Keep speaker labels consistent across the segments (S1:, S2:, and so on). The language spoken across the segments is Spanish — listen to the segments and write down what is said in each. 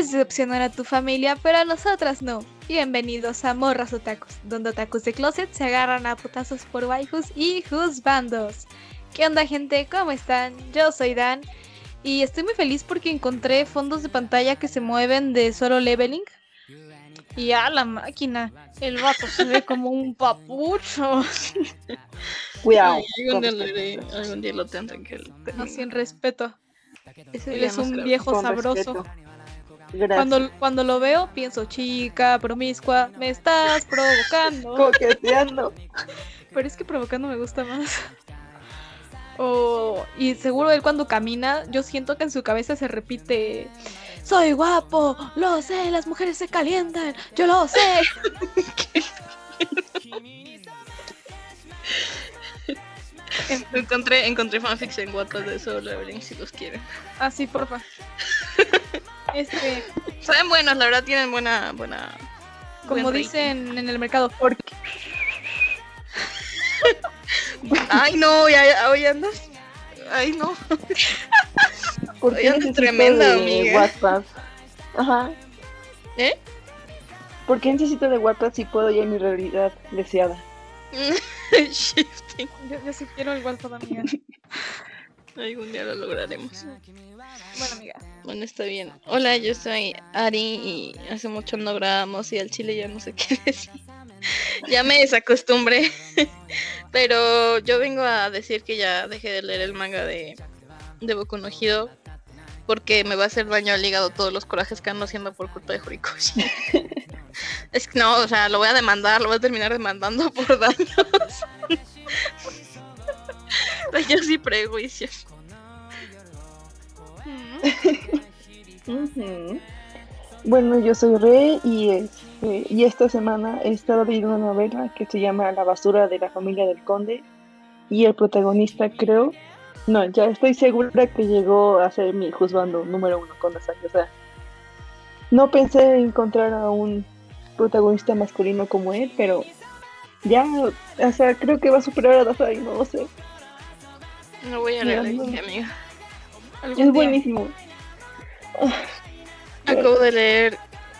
S1: Puedes decepcionar a tu familia, pero a nosotras no. Bienvenidos a Morras Otakus, donde otakus de closet se agarran a putazos por waifus y juzbandos. ¿Qué onda, gente? ¿Cómo están? Yo soy Dan y estoy muy feliz porque encontré fondos de pantalla que se mueven de Solo Leveling. Y a la máquina, el vato se ve como un papucho.
S2: Cuidado.
S3: Algún día lo tendré que terminar.
S1: No, sin respeto.
S3: Ese
S1: Él
S3: día
S1: es
S3: nos
S1: un
S3: grabamos.
S1: viejo
S2: Con
S1: sabroso.
S2: respeto. Gracias.
S1: Cuando lo veo, pienso, chica, promiscua, me estás provocando.
S2: Coqueteando.
S1: Pero es que provocando me gusta más. Y seguro él cuando camina, yo siento que en su cabeza se repite: soy guapo, lo sé, las mujeres se calientan, yo lo sé.
S3: Encontré fanfics en Wattpad de Solo Leveling si los quieren.
S1: Así, porfa.
S3: Saben buenos, la verdad tienen buena.
S1: Como
S3: buen
S1: dicen en el mercado,
S3: Ay no, ya hoy andas. Ay no.
S2: ¿Por qué
S3: Oye,
S2: necesito
S3: tremenda,
S2: de
S3: amiga.
S2: WhatsApp? Ajá.
S3: ¿Eh?
S2: ¿Por qué necesito de WhatsApp si puedo ya en mi realidad deseada?
S3: Shifting.
S1: yo sí quiero el WhatsApp, amiga.
S3: Algún día lo lograremos.
S1: Bueno, amiga.
S3: Bueno, está bien. Hola, yo soy Ari y hace mucho no grabamos y al chile ya no sé qué decir. Ya me desacostumbré. Pero yo vengo a decir que ya dejé de leer el manga de Boku no Hero porque me va a hacer daño al hígado todos los corajes que ando haciendo por culpa de Horikoshi. Es que no, o sea, lo voy a demandar, lo voy a terminar demandando por daños. Daños y prejuicios.
S2: Ujú. Bueno, yo soy Re y esta semana he estado leyendo una novela que se llama La basura de la familia del conde y el protagonista ya estoy segura que llegó a ser mi juzgando número 1 con Dasai. O sea, no pensé encontrar a un protagonista masculino como él, pero ya, o sea, creo que va a superar a Dasai, no lo sé.
S3: No voy a leer,
S2: No.
S3: amiga.
S1: Algún
S2: Es
S1: día.
S2: buenísimo.
S3: Acabo de leer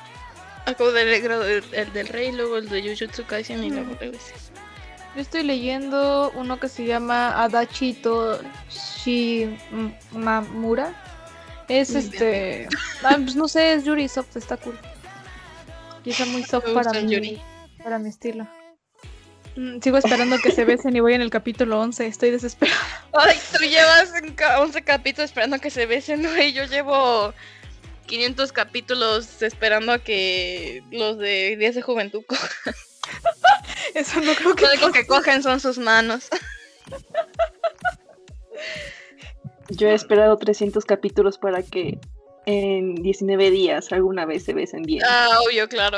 S3: el del rey, luego el de Jujutsu Kaisen y luego regresé.
S1: Yo estoy leyendo uno que se llama Adachito Shimamura. Es pues no sé, es Yuri Soft, está cool. Y está muy soft
S3: Me
S1: para
S3: gustan Yuri.
S1: para mi estilo. Sigo esperando que se besen y voy en el capítulo 11, estoy desesperada.
S3: Ay, tú llevas 11 capítulos esperando que se besen, güey. Yo llevo 500 capítulos esperando a que los de Días de Juventud cojan.
S1: Eso no creo que
S3: Lo único que cogen son sus manos.
S2: Yo he esperado 300 capítulos para que en 19 días alguna vez se besen bien.
S3: Ah, obvio, claro.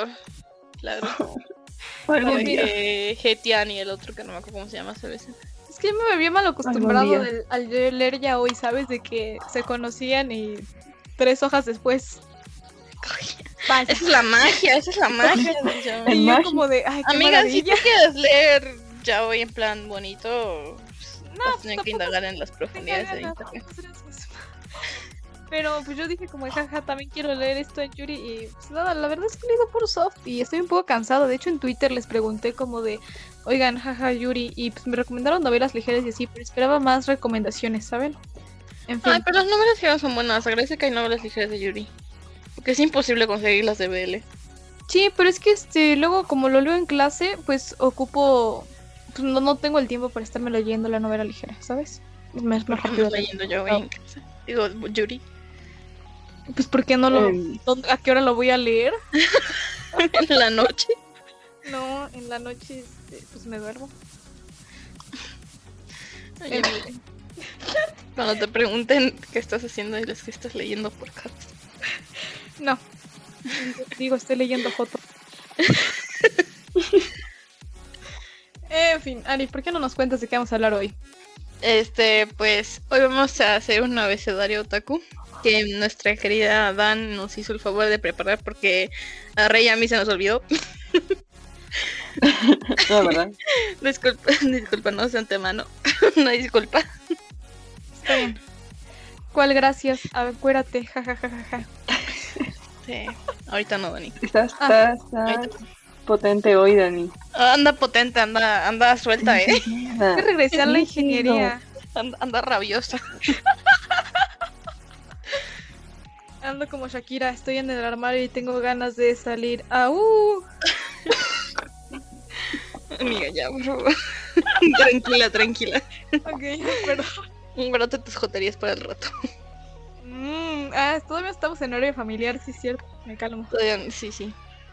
S2: Algún día.
S3: Getian y el otro que no me acuerdo cómo se llama se besen.
S1: Es que me había mal acostumbrado
S2: Algún día.
S1: al leer ya hoy, ¿sabes? De que se conocían y 3 hojas después. Vaya.
S3: Esa es la magia.
S2: El
S1: Y yo
S2: magia.
S1: como de, ay, qué
S3: Amiga, si tú
S1: maravilla.
S3: quieres leer ya hoy en plan bonito, vas a tener
S1: tampoco
S3: que indagar en las
S1: tengo
S3: profundidades de
S1: ganas,
S3: internet.
S1: gracias. Pero pues yo dije como, jaja, también quiero leer esto en Yuri y pues nada, la verdad es que he leído por soft y estoy un poco cansado. De hecho en Twitter les pregunté como de, oigan, jaja, Yuri, y pues me recomendaron novelas ligeras y así, pero esperaba más recomendaciones, ¿saben? En fin.
S3: Ay, pero las novelas ligeras son buenas. Agradece que hay novelas ligeras de Yuri. Porque es imposible conseguir las de BL.
S1: Sí, pero es que luego como lo leo en clase, pues ocupo, pues no tengo el tiempo para estarme leyendo la novela ligera, ¿sabes? Es más
S3: ¿Por qué
S1: rápido.
S3: no leyendo yo hoy en casa? Digo, Yuri.
S1: Pues ¿por qué no a qué hora lo voy a leer?
S3: En la noche.
S1: No, en la noche pues me duermo.
S3: Oye, amiga, cuando te pregunten qué estás haciendo, diles que estás leyendo por casa.
S1: No. Digo, estoy leyendo Joto. En fin, Ari, ¿por qué no nos cuentas de qué vamos a hablar hoy?
S3: Pues hoy vamos a hacer un abecedario otaku que nuestra querida Dan nos hizo el favor de preparar porque a Rey y a mí se nos olvidó.
S2: No, ¿verdad?
S3: Discúlpanos de antemano. No disculpa.
S1: Está bien. ¿Cuál gracias? Acuérdate, jajajaja.
S3: Sí, ahorita no, Dani.
S2: Estás
S3: ahorita.
S2: potente hoy, Dani.
S3: Anda potente, anda suelta,
S1: Hay que regresar a la ingeniería.
S3: Anda rabiosa.
S1: Ando como Shakira, estoy en el armario y tengo ganas de salir. ¡Au!
S3: Amiga, ya, por favor. Tranquila.
S1: Ok, perdón.
S3: Guárdate tus joterías para el rato.
S1: Todavía estamos en horario familiar, sí es cierto. Me calmo.
S3: Todavía, sí.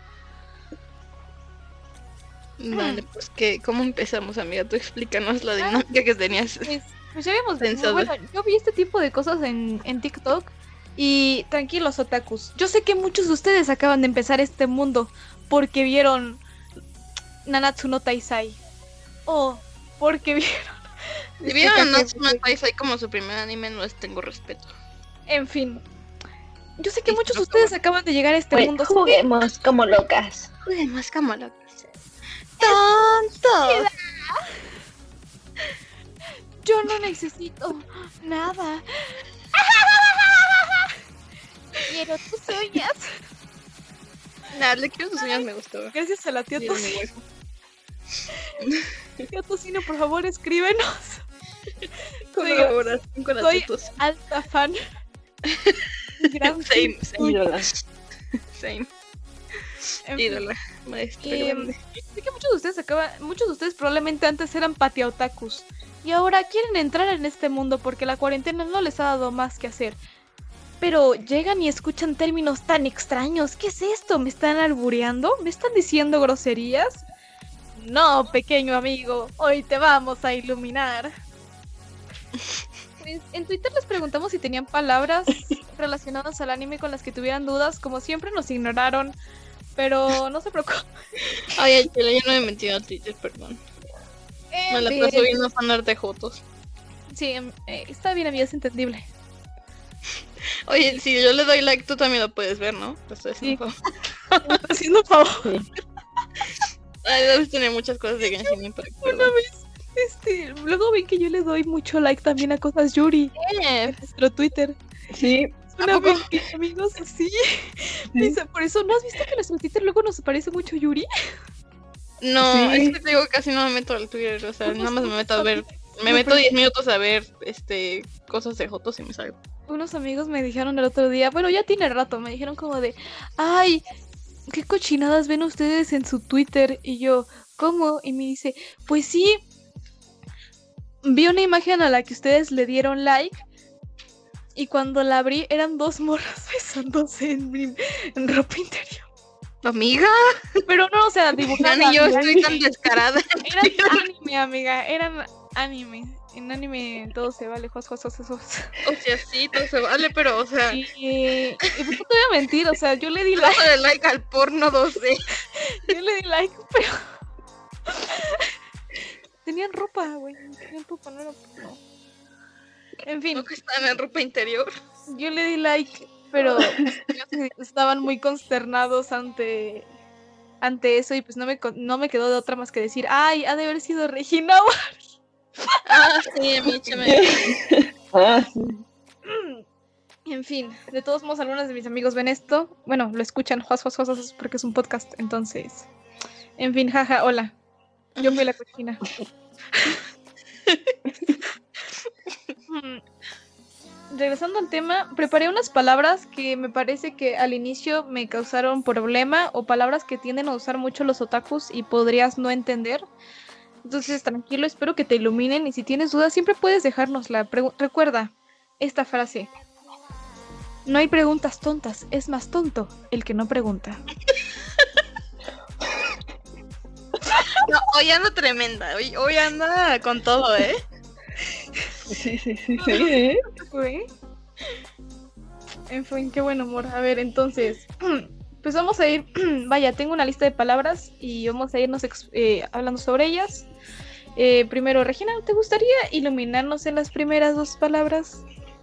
S3: Vale, pues ¿cómo empezamos, amiga? Tú explícanos la dinámica que tenías.
S1: Pues ya habíamos
S3: pensado.
S1: Bueno, yo vi este tipo de cosas en TikTok. Y tranquilos, otakus. Yo sé que muchos de ustedes acaban de empezar este mundo porque vieron Nanatsu no Taizai. O porque vieron...
S3: Si vieron Nanatsu no Taizai como su primer anime, no les tengo respeto.
S1: En fin. Yo sé que muchos de ustedes acaban de llegar a este mundo.
S2: Juguemos como locas.
S3: Juguemos como locas. ¡Tonto!
S1: Yo no necesito nada. Quiero tus uñas.
S3: Nada, le quiero tus uñas, me gustó.
S1: Gracias a la tía Tocino. Tía Tocino, por favor, escríbenos.
S3: Colaboración con
S1: soy alta fan. Gran
S3: Same.
S1: En fin.
S3: Ídola, maestra grande.
S1: Sé que muchos de ustedes probablemente antes eran patiaotakus y ahora quieren entrar en este mundo porque la cuarentena no les ha dado más que hacer. Pero llegan y escuchan términos tan extraños. ¿Qué es esto? ¿Me están albureando? ¿Me están diciendo groserías? No, pequeño amigo, hoy te vamos a iluminar. Pues, en Twitter les preguntamos si tenían palabras relacionadas al anime con las que tuvieran dudas. Como siempre nos ignoraron, pero no se preocupen.
S3: Ay, yo no me he metido a Twitter, perdón. Me la paso viendo fanart de jotos.
S1: Sí, está bien, amiga, es entendible.
S3: Oye, si yo le doy like, tú también lo puedes ver, ¿no? Te estoy haciendo
S1: favor. Estoy haciendo favor.
S3: Ay, debes tener muchas cosas de Genshin Impact.
S1: Una vez, luego ven que yo le doy mucho like también a cosas Yuri en nuestro Twitter.
S2: Sí.
S1: Una vez que amigos, sí. Por eso, ¿no has visto que en nuestro Twitter luego nos aparece mucho Yuri?
S3: No, es que te digo, casi no me meto al Twitter, o sea, nada más me meto a ver. Me meto 10 minutos a ver cosas de jotos y me salgo.
S1: Unos amigos me dijeron el otro día, bueno, ya tiene rato, me dijeron como de, ay, ¿qué cochinadas ven ustedes en su Twitter? Y yo, ¿cómo? Y me dice, pues sí, vi una imagen a la que ustedes le dieron like y cuando la abrí eran dos morras besándose en ropa interior.
S3: ¿Amiga?
S1: Pero no, o sea, dibujadas.
S3: Ni yo estoy tan descarada.
S1: Eran anime, amiga, eran anime. En anime todo se vale, O sea,
S3: sí, todo se vale, pero, o sea...
S1: Y pues no te voy a mentir, o sea, yo le di like.
S3: De like al porno 2D.
S1: Yo le di like, pero... Tenían ropa, güey. Tenían ropa, no era porno. En fin.
S3: ¿No que estaban en ropa interior?
S1: Yo le di like, pero estaban muy consternados ante eso y pues no me quedó de otra más que decir, ay, ha de haber sido Regina.
S3: Sí, a mí sí.
S1: En fin, de todos modos, algunos de mis amigos ven esto. Bueno, lo escuchan, porque es un podcast, entonces. En fin, jaja, hola. Yo fui la cochina. Regresando al tema, preparé unas palabras que me parece que al inicio me causaron problema o palabras que tienden a usar mucho los otakus y podrías no entender. Entonces, tranquilo, espero que te iluminen y si tienes dudas siempre puedes dejárnosla. Recuerda esta frase. No hay preguntas tontas, es más tonto el que no pregunta.
S3: No, hoy anda tremenda, hoy anda con todo, ¿eh?
S2: Sí.
S1: En fin, qué buen humor. A ver, entonces, pues vamos a ir, vaya, tengo una lista de palabras y vamos a irnos hablando sobre ellas. Primero, Regina, ¿te gustaría iluminarnos en las primeras dos palabras?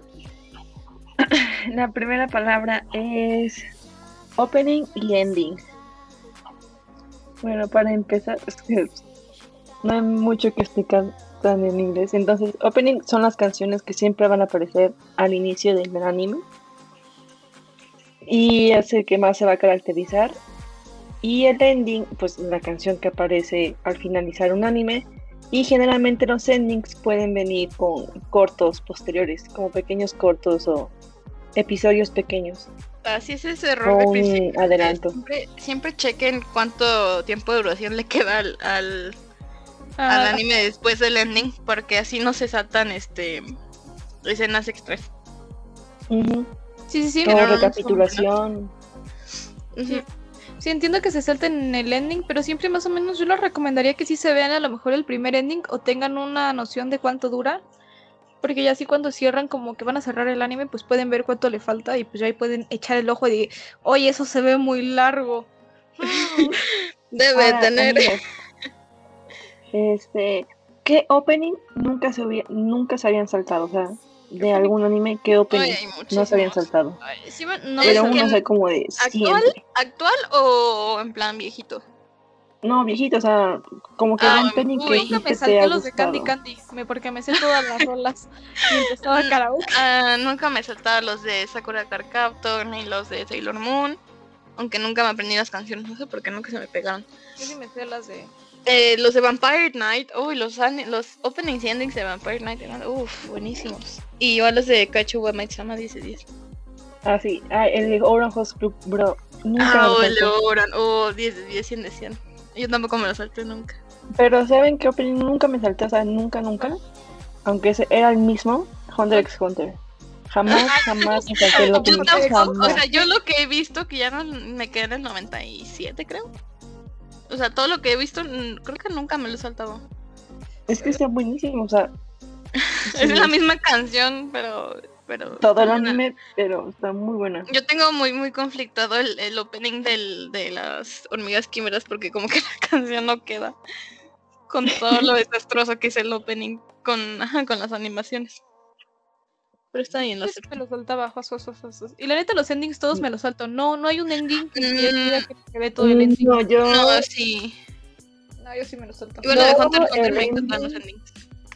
S2: La primera palabra es opening y ending. Bueno, para empezar, es que no hay mucho que explicar tan en inglés. Entonces, opening son las canciones que siempre van a aparecer al inicio del anime. y es el que más se va a caracterizar. Y el ending, pues la canción que aparece al finalizar un anime. Y generalmente los endings pueden venir con cortos posteriores, como pequeños cortos o episodios pequeños.
S3: Así es ese error de
S2: Un
S3: principio.
S2: adelanto.
S3: Siempre chequen cuánto tiempo de duración le queda al anime después del ending, porque así no se saltan escenas extras.
S2: Uh-huh.
S1: Sí.
S2: O recapitulación.
S3: Uh-huh.
S1: Sí, entiendo que se salten el ending, pero siempre más o menos yo les recomendaría que sí se vean a lo mejor el primer ending o tengan una noción de cuánto dura, porque ya así cuando cierran como que van a cerrar el anime, pues pueden ver cuánto le falta y pues ya ahí pueden echar el ojo y decir, oye, eso se ve muy largo.
S3: Debe tener...
S2: ¿Qué opening nunca se habían saltado? O sea, de algún anime, ¿qué opening no se habían saltado?
S1: Sí, no,
S2: pero uno sé como de
S3: ¿Actual o en plan viejito?
S2: No, viejito, o sea, como que un opening que
S1: nunca me salté los de Candy porque me sé todas las rolas y empezaba karaoke.
S3: Nunca me saltaba los de Sakura Card Captor ni los de Sailor Moon, aunque nunca me aprendí las canciones, no sé por qué nunca se me pegaron.
S1: Yo sí me sé las de...
S3: los de Vampire Knight, los openings y endings de Vampire Knight eran buenísimos. Y igual los de Kachuwa Maid-sama 10/10.
S2: Ah, sí, el de Oran Host Club, bro. Nunca
S3: el de Oran, 10/10, 100 de 100. Yo tampoco me lo salté nunca.
S2: Pero ¿saben qué opening nunca me salté? O sea, nunca. Aunque ese era el mismo, Hunter x Hunter. Jamás me salté el opening.
S3: O sea, yo lo que he visto, que ya no me quedé en el 97, creo. O sea, todo lo que he visto, creo que nunca me lo he saltado.
S2: Es que está buenísimo, o sea...
S3: Es la misma canción, pero
S2: todo el anime, pero está muy buena.
S3: Yo tengo muy, muy conflictado el opening de las hormigas quimeras, porque como que la canción no queda con todo lo desastroso que es el opening con las animaciones. Pero está bien,
S1: me lo saltaba. Y la neta, los endings todos me los salto. No hay un ending que ve todo el ending.
S2: No, yo
S3: sí.
S1: No, yo sí me lo salto.
S3: Igual lo de Hunter x Hunter me encantan los endings.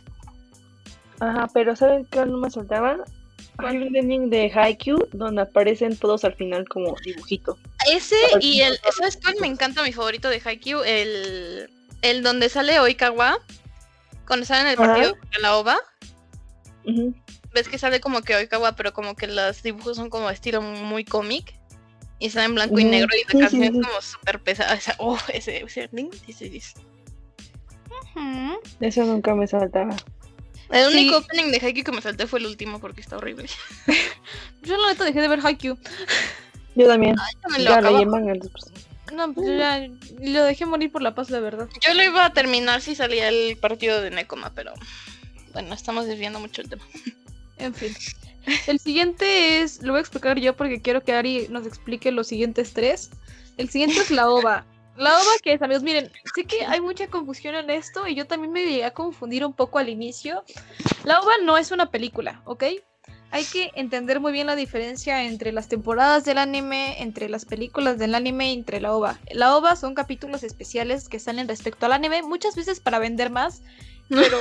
S2: Ajá, pero ¿saben qué no me saltaban? Hay un ending de Haikyuu donde aparecen todos al final como dibujito.
S3: Ese y ¿sabes cuál me encanta? Mi favorito de Haikyuu, el donde sale Oikawa cuando sale en el partido contra la OVA.
S2: Uh-huh.
S3: Ves que sale como que Oikawa, pero como que los dibujos son como estilo muy cómic y sale en blanco y negro y la canción es como súper pesada. O sea, ese ending dice.
S2: Eso nunca me saltaba.
S3: El único opening de Haikyuu que me salté fue el último porque está horrible.
S1: Yo la neta dejé de ver Haikyuu.
S2: Yo también.
S3: Ya
S2: leí el manga.
S1: No, pues ya lo dejé morir por la paz, la verdad.
S3: Yo lo iba a terminar si salía el partido de Nekoma, pero bueno, estamos desviando mucho el tema.
S1: En fin. El siguiente lo voy a explicar yo porque quiero que Ari nos explique los siguientes 3. El siguiente es la OVA. La OVA, que es, amigos, miren, sé que hay mucha confusión en esto y yo también me llegué a confundir un poco al inicio. La OVA no es una película, ¿ok? Hay que entender muy bien la diferencia entre las temporadas del anime, entre las películas del anime y entre la OVA. La OVA son capítulos especiales que salen respecto al anime, muchas veces para vender más, pero...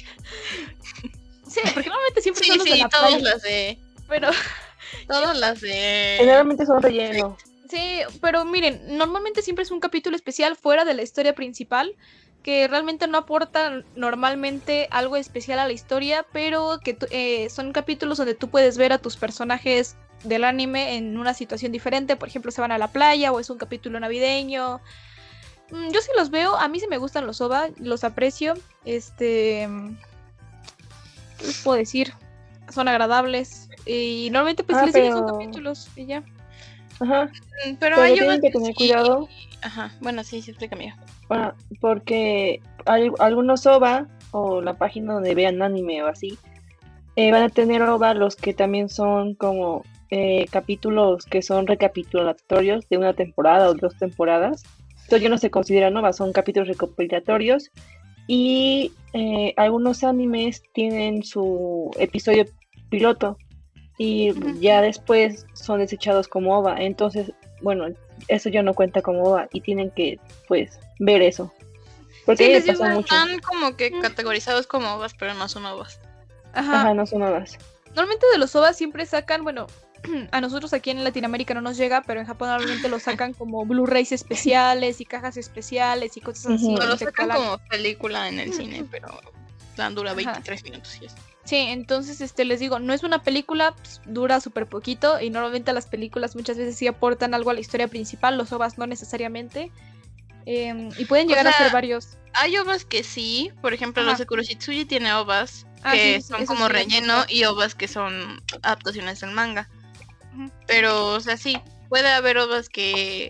S1: sí, porque normalmente siempre son los de la
S3: todas
S1: playa.
S3: Las de...
S1: Pero...
S3: todas las de...
S2: Generalmente son relleno.
S1: Sí, pero miren, normalmente siempre es un capítulo especial fuera de la historia principal, que realmente no aporta normalmente algo especial a la historia, pero que son capítulos donde tú puedes ver a tus personajes del anime en una situación diferente. Por ejemplo, se van a la playa o es un capítulo navideño. Yo sí los veo, a mí sí me gustan los OVA, los aprecio. ¿Qué les puedo decir? Son agradables y normalmente pues les digo son capítulos y ya.
S2: Ajá.
S3: Pero hay
S2: tienen que tener cuidado.
S3: Ajá, bueno, sí, explícame.
S2: Bueno, porque hay algunos OVA o la página donde vean anime o así, van a tener OVA los que también son como capítulos que son recapitulatorios de una temporada o 2 temporadas. Entonces ya no se consideran OVA, son capítulos recopilatorios. Y algunos animes tienen su episodio piloto y ya después son desechados como OVA. Entonces, bueno, eso ya no cuenta como OVA y tienen que, pues, ver eso. Porque
S3: sí,
S2: pasa mucho.
S3: Están como que categorizados como OVAs, pero no son OVAs.
S2: Ajá, no son OVAs.
S1: Normalmente de los OVAs siempre sacan, bueno, a nosotros aquí en Latinoamérica no nos llega, pero en Japón normalmente lo sacan como Blu-rays especiales y cajas especiales y cosas así.
S3: No lo sacan como película en el cine, pero dura 23 minutos y eso.
S1: Sí, entonces les digo, no es una película, pues, dura súper poquito y normalmente las películas muchas veces sí aportan algo a la historia principal, los OVAs no necesariamente. Y pueden llegar a ser varios.
S3: Hay OVAs que sí, por ejemplo, los de Kuroshitsuji tiene OVAs que son como relleno y OVAs que son adaptaciones del manga. Pero, o sea, sí, puede haber OVAs que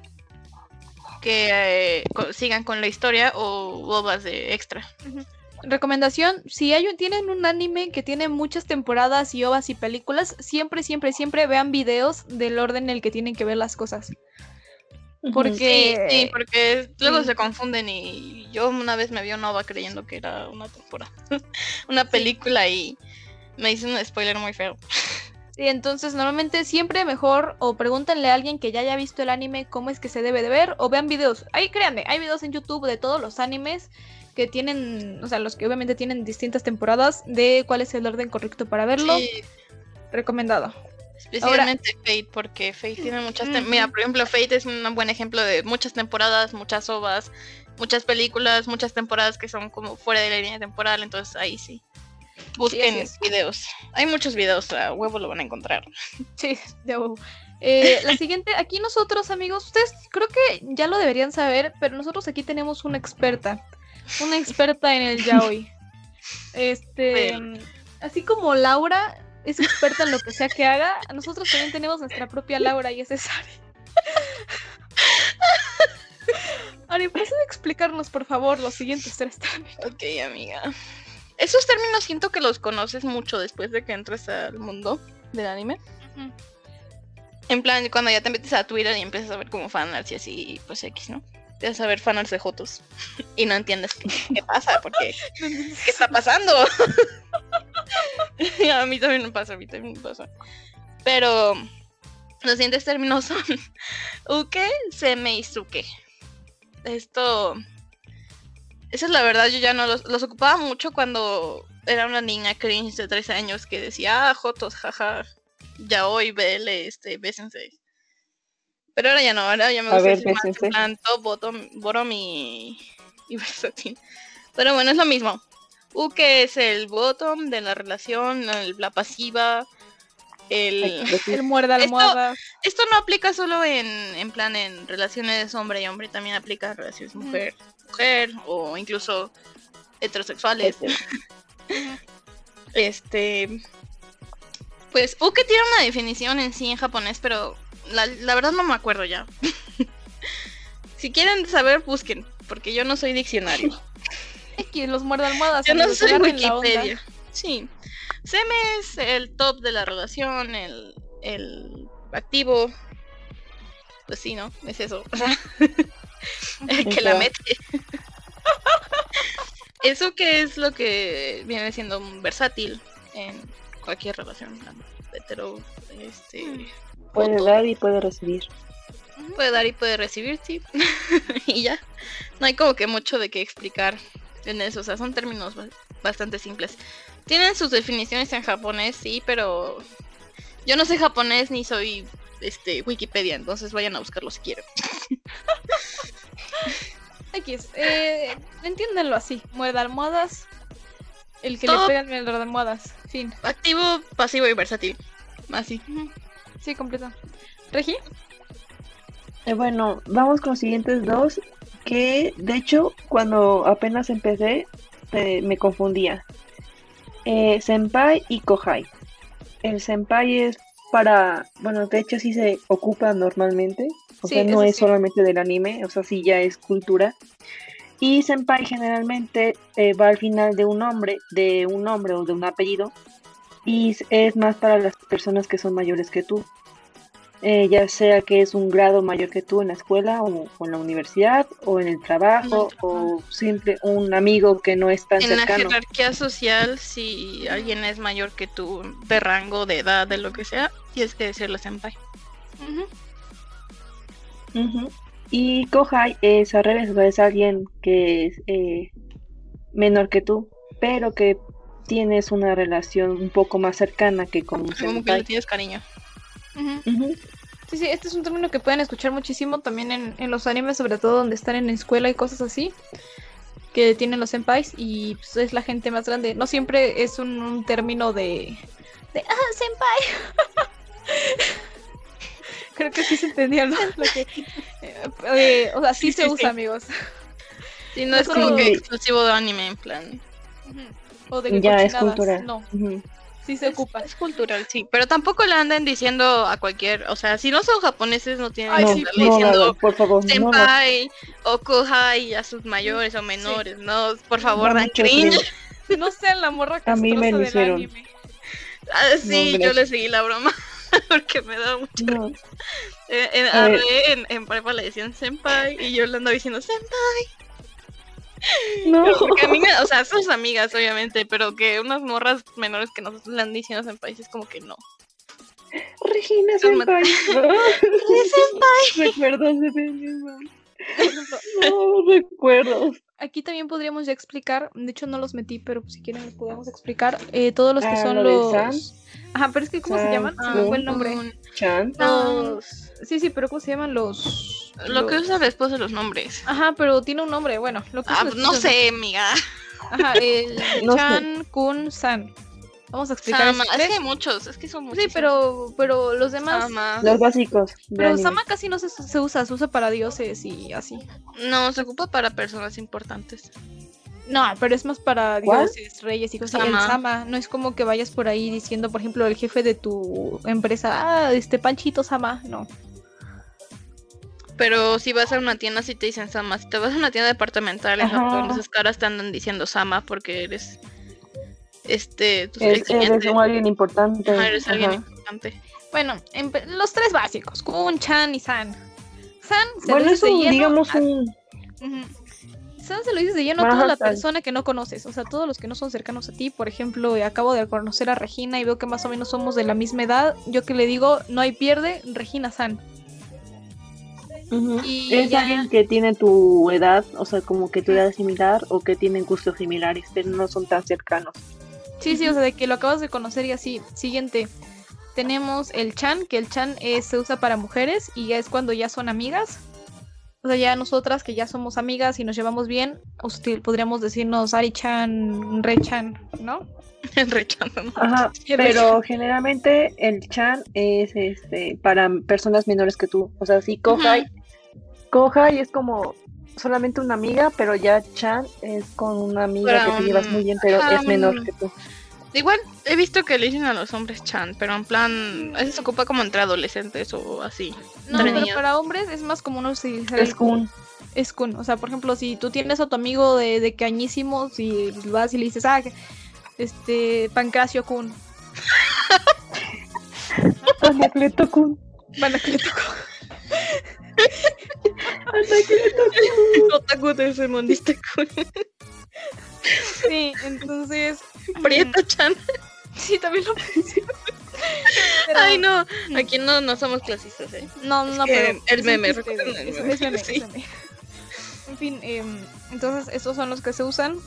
S3: sigan con la historia o OVAs de extra.
S1: Recomendación, si tienen un anime que tiene muchas temporadas y OVAs y películas, siempre vean videos del orden en el que tienen que ver las cosas. Porque
S3: sí, porque luego se confunden y yo una vez me vi una OVA creyendo que era una temporada, una película y me hice un spoiler muy feo.
S1: Sí, entonces normalmente siempre mejor o pregúntenle a alguien que ya haya visto el anime cómo es que se debe de ver o vean videos. Ahí créanme, hay videos en YouTube de todos los animes que tienen, o sea, los que obviamente tienen distintas temporadas de cuál es el orden correcto para verlo. Sí. Recomendado.
S3: Especialmente ahora, Fate, porque Fate tiene muchas mira, por ejemplo, Fate es un buen ejemplo de muchas temporadas, muchas OVAs, muchas películas, muchas temporadas que son como fuera de la línea temporal, entonces ahí sí. Busquen videos. Hay muchos videos, a huevo lo van a encontrar.
S1: Sí, de huevo. La siguiente, aquí nosotros, amigos, ustedes creo que ya lo deberían saber, pero nosotros aquí tenemos una experta en el yaoi. Así como Laura es experta en lo que sea que haga, nosotros también tenemos nuestra propia Laura y ese es Ari. Ari, ¿puedes explicarnos, por favor, los siguientes 3 términos?
S3: Ok, amiga. Esos términos siento que los conoces mucho después de que entras al mundo del anime. En plan, cuando ya te metes a Twitter y empiezas a ver como fanarts y así, pues X, ¿no? Empiezas a ver fanarts de jotos y no entiendes qué pasa, porque ¿qué está pasando? A mí también me pasa, Pero los siguientes términos son uke, seme y suke. Esa es la verdad, yo ya no los ocupaba mucho cuando era una niña cringe de 13 años que decía, jotos, jaja, yaoi, BL, bésense. Pero ahora ya no, ahora ya me gusta decir más en plan top, bottom y versátil. Pero bueno, es lo mismo. Uke es el bottom de la relación, la pasiva, el
S1: muerde almohadas.
S3: Esto no aplica solo en plan en relaciones hombre y hombre, también aplica en relaciones mujer o incluso heterosexuales. Pues uke tiene una definición en sí en japonés, pero la verdad no me acuerdo ya. Si quieren saber, busquen, porque yo no soy diccionario.
S1: X, los muerde almohadas.
S3: Yo no soy Wikipedia. Sí. Seme es el top de la relación, el activo. Pues sí, ¿no? Es eso. El que la mete. Eso que es lo que viene siendo versátil en cualquier relación. Hetero,
S2: puede dar y puede recibir.
S3: Puede dar y puede recibir, sí. Y ya. No hay como que mucho de qué explicar en eso. O sea, son términos bastante simples. Tienen sus definiciones en japonés, sí, pero yo no sé japonés ni soy Wikipedia, entonces vayan a buscarlo si quieren.
S1: X, entiéndanlo así. Muerde almohadas. El que top, le pega el muerde almohadas. Fin.
S3: Activo, pasivo y versátil. Así.
S1: Sí, completo. ¿Regi?
S2: Bueno, vamos con los siguientes 2. Que de hecho, cuando apenas empecé, me confundía. Senpai y Kohai. El senpai es bueno, de hecho sí se ocupa normalmente. O sea, no es solamente del anime, o sea, sí ya es cultura. Y senpai generalmente va al final de un nombre o de un apellido. Y es más para las personas que son mayores que tú. Ya sea que es un grado mayor que tú en la escuela o en la universidad o en el trabajo o simple un amigo que no es tan cercano.
S3: En la jerarquía social, si alguien es mayor que tú de rango, de edad, de lo que sea, tienes que decirle senpai.
S2: Y Kohai es al revés, o sea, es alguien que es menor que tú, pero que tienes una relación un poco más cercana que con un senpai.
S3: Como que le tienes cariño.
S1: Sí, este es un término que pueden escuchar muchísimo también en los animes, sobre todo donde están en escuela y cosas así, que tienen los senpais, y pues, es la gente más grande. No siempre es un término de senpai. Creo que sí se entendió, ¿no? O sea, sí se usa, amigos.
S3: Sí, no es como que exclusivo de anime, en plan.
S1: O de
S2: ya es
S1: cochinadas,
S2: cultural.
S1: no. Sí se ocupa.
S3: Es cultural, sí. Pero tampoco le anden diciendo a cualquier... O sea, si no son japoneses, no tienen
S1: Ay,
S3: que
S1: sí,
S3: estarle
S2: no,
S3: diciendo
S2: por favor,
S3: senpai o kohai a sus mayores o menores. No, por favor, dan cringe.
S1: No sean la morra
S2: A mí me
S1: castrosa
S2: lo
S1: del
S2: hicieron.
S1: anime.
S3: Ah, sí,
S2: No,
S3: yo le seguí la broma porque me da mucho
S2: No.
S3: en prepa le decían senpai y yo le andaba diciendo senpai.
S2: No.
S3: Porque a mí, o sea, sus amigas obviamente, pero que unas morras menores que nosotros le han diciendo senpai es como que no.
S2: Regina
S3: Son
S2: senpai.
S3: Senpai.
S2: Recuerdos de Benjamin.
S1: Por ejemplo,
S2: No, recuerdos.
S1: aquí también podríamos ya explicar, de hecho no los metí, pero si quieren les podemos explicar todos los que son
S2: lo de
S1: los...
S2: San.
S1: Ajá, pero es que ¿cómo se
S2: San,
S1: llaman? Se me fue el nombre.
S2: Chan.
S3: Los...
S1: Sí, pero ¿cómo se llaman los...?
S3: Lo que usa después de los nombres.
S1: Ajá, pero tiene un nombre, bueno. Lo que usa después
S3: No
S1: de-
S3: sé, amiga.
S1: Ajá, el
S2: No sé.
S1: Chan, Kun, San. Vamos a explicar
S3: Sama,
S1: esos
S3: es que
S1: tres.
S3: hay muchos, es que son muchos.
S1: Sí, pero los demás...
S3: Sama.
S2: Los básicos. de
S1: Pero
S2: anime.
S1: Sama casi no se usa para dioses y así.
S3: No, se ocupa para personas importantes.
S1: No, pero es más para
S2: ¿Cuál?
S1: dioses, reyes y cosas así.
S3: Sama.
S1: El Sama, no es como que vayas por ahí diciendo, por ejemplo, el jefe de tu empresa, Panchito Sama, no.
S3: Pero si vas a una tienda sí te dicen Sama. Si te vas a una tienda departamental en
S2: Ajá.
S3: Japón, esas caras te andan diciendo Sama porque eres tu
S2: Eres
S3: cliente.
S2: alguien importante.
S3: Ajá, eres alguien
S2: Ajá.
S3: importante.
S1: Bueno, los tres básicos, Kun, Chan y San. San se
S2: Bueno,
S1: lo
S2: es
S1: dices de
S2: un,
S1: lleno
S2: digamos,
S1: a-
S2: un...
S1: Ujú. San se lo dices de lleno a
S2: Ajá,
S1: toda la
S2: tal.
S1: persona que no conoces, o sea, todos los que no son cercanos a ti. Por ejemplo, acabo de conocer a Regina y veo que más o menos somos de la misma edad. Yo que le digo, no hay pierde, Regina San.
S2: Ujú.
S1: Y
S2: Es
S1: ya-
S2: alguien que tiene tu edad, o sea, como que tu edad similar o que tienen gustos similares, pero no son tan cercanos.
S1: Sí, o sea, de que lo acabas de conocer y así. Siguiente, tenemos el Chan, que el Chan se usa para mujeres y ya es cuando ya son amigas. O sea, ya nosotras que ya somos amigas y nos llevamos bien, podríamos decirnos Ari-chan, Re-chan, ¿no?
S3: Rechazan.
S2: Ajá, pero generalmente el chan es para personas menores que tú. O sea, sí, Kohai es como solamente una amiga, pero ya chan es con una amiga
S3: Para
S2: que te
S3: un-
S2: llevas muy bien, pero es menor que tú.
S3: Igual he visto que le dicen a los hombres Chan, pero en plan, eso se ocupa como entre adolescentes o así.
S1: No,
S3: entre
S1: pero
S3: niños.
S1: para hombres es más común utilizar
S2: Es kun.
S1: Es kun. O sea, por ejemplo, si tú tienes a tu amigo de cañísimos y vas y le dices, Pancracio kun.
S2: Anacleto kun.
S1: Panacleto kun.
S2: Anacleto kun.
S3: Otaku de ese mondista kun.
S1: Sí, entonces...
S3: Prieto Chan.
S1: Sí, también lo pensé. Pero-
S3: Ay, no, aquí no somos clasistas, ¿eh?
S1: No,
S3: que
S1: pero
S3: el
S1: es
S3: meme,
S1: un chiste,
S3: recuerden el
S1: es
S3: meme.
S1: meme,
S3: Sí.
S1: es meme. En fin, entonces estos son los que se usan.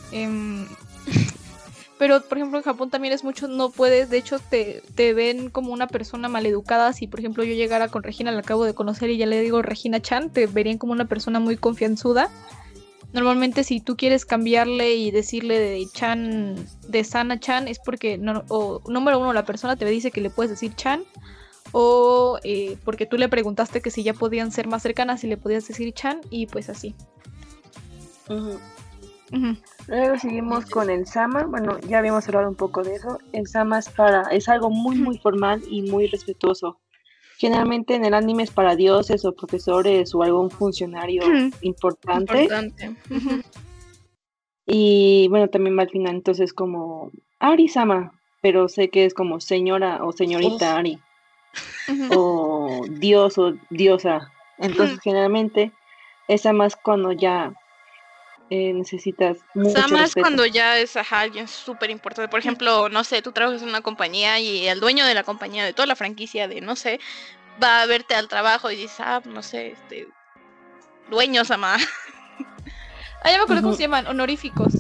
S1: Pero, por ejemplo, en Japón también es mucho, no puedes, de hecho te ven como una persona maleducada. Si, por ejemplo, yo llegara con Regina, la acabo de conocer y ya le digo Regina-chan, te verían como una persona muy confianzuda. Normalmente si tú quieres cambiarle y decirle de Chan, de San a Chan, es porque, número uno, la persona te dice que le puedes decir Chan, o porque tú le preguntaste que si ya podían ser más cercanas y le podías decir Chan, y pues así.
S2: Ujú.
S1: Ujú.
S2: Luego seguimos con el sama. Bueno, ya habíamos hablado un poco de eso. El sama es algo muy formal y muy respetuoso. Generalmente en el anime es para dioses o profesores o algún funcionario importante.
S1: Ujú.
S2: Y bueno, también va al final, entonces como Ari-sama, pero sé que es como señora o señorita Ari,
S1: Ujú.
S2: o dios o diosa. Entonces generalmente esa más cuando ya necesitas mucho
S3: Sama es
S2: respeto.
S3: cuando ya es alguien súper importante. Por ejemplo, no sé, tú trabajas en una compañía y el dueño de la compañía, de toda la franquicia de, no sé, va a verte al trabajo y dices, no sé, dueño Sama.
S1: Ah, ya me acuerdo cómo
S2: Ujú.
S1: se llaman, honoríficos.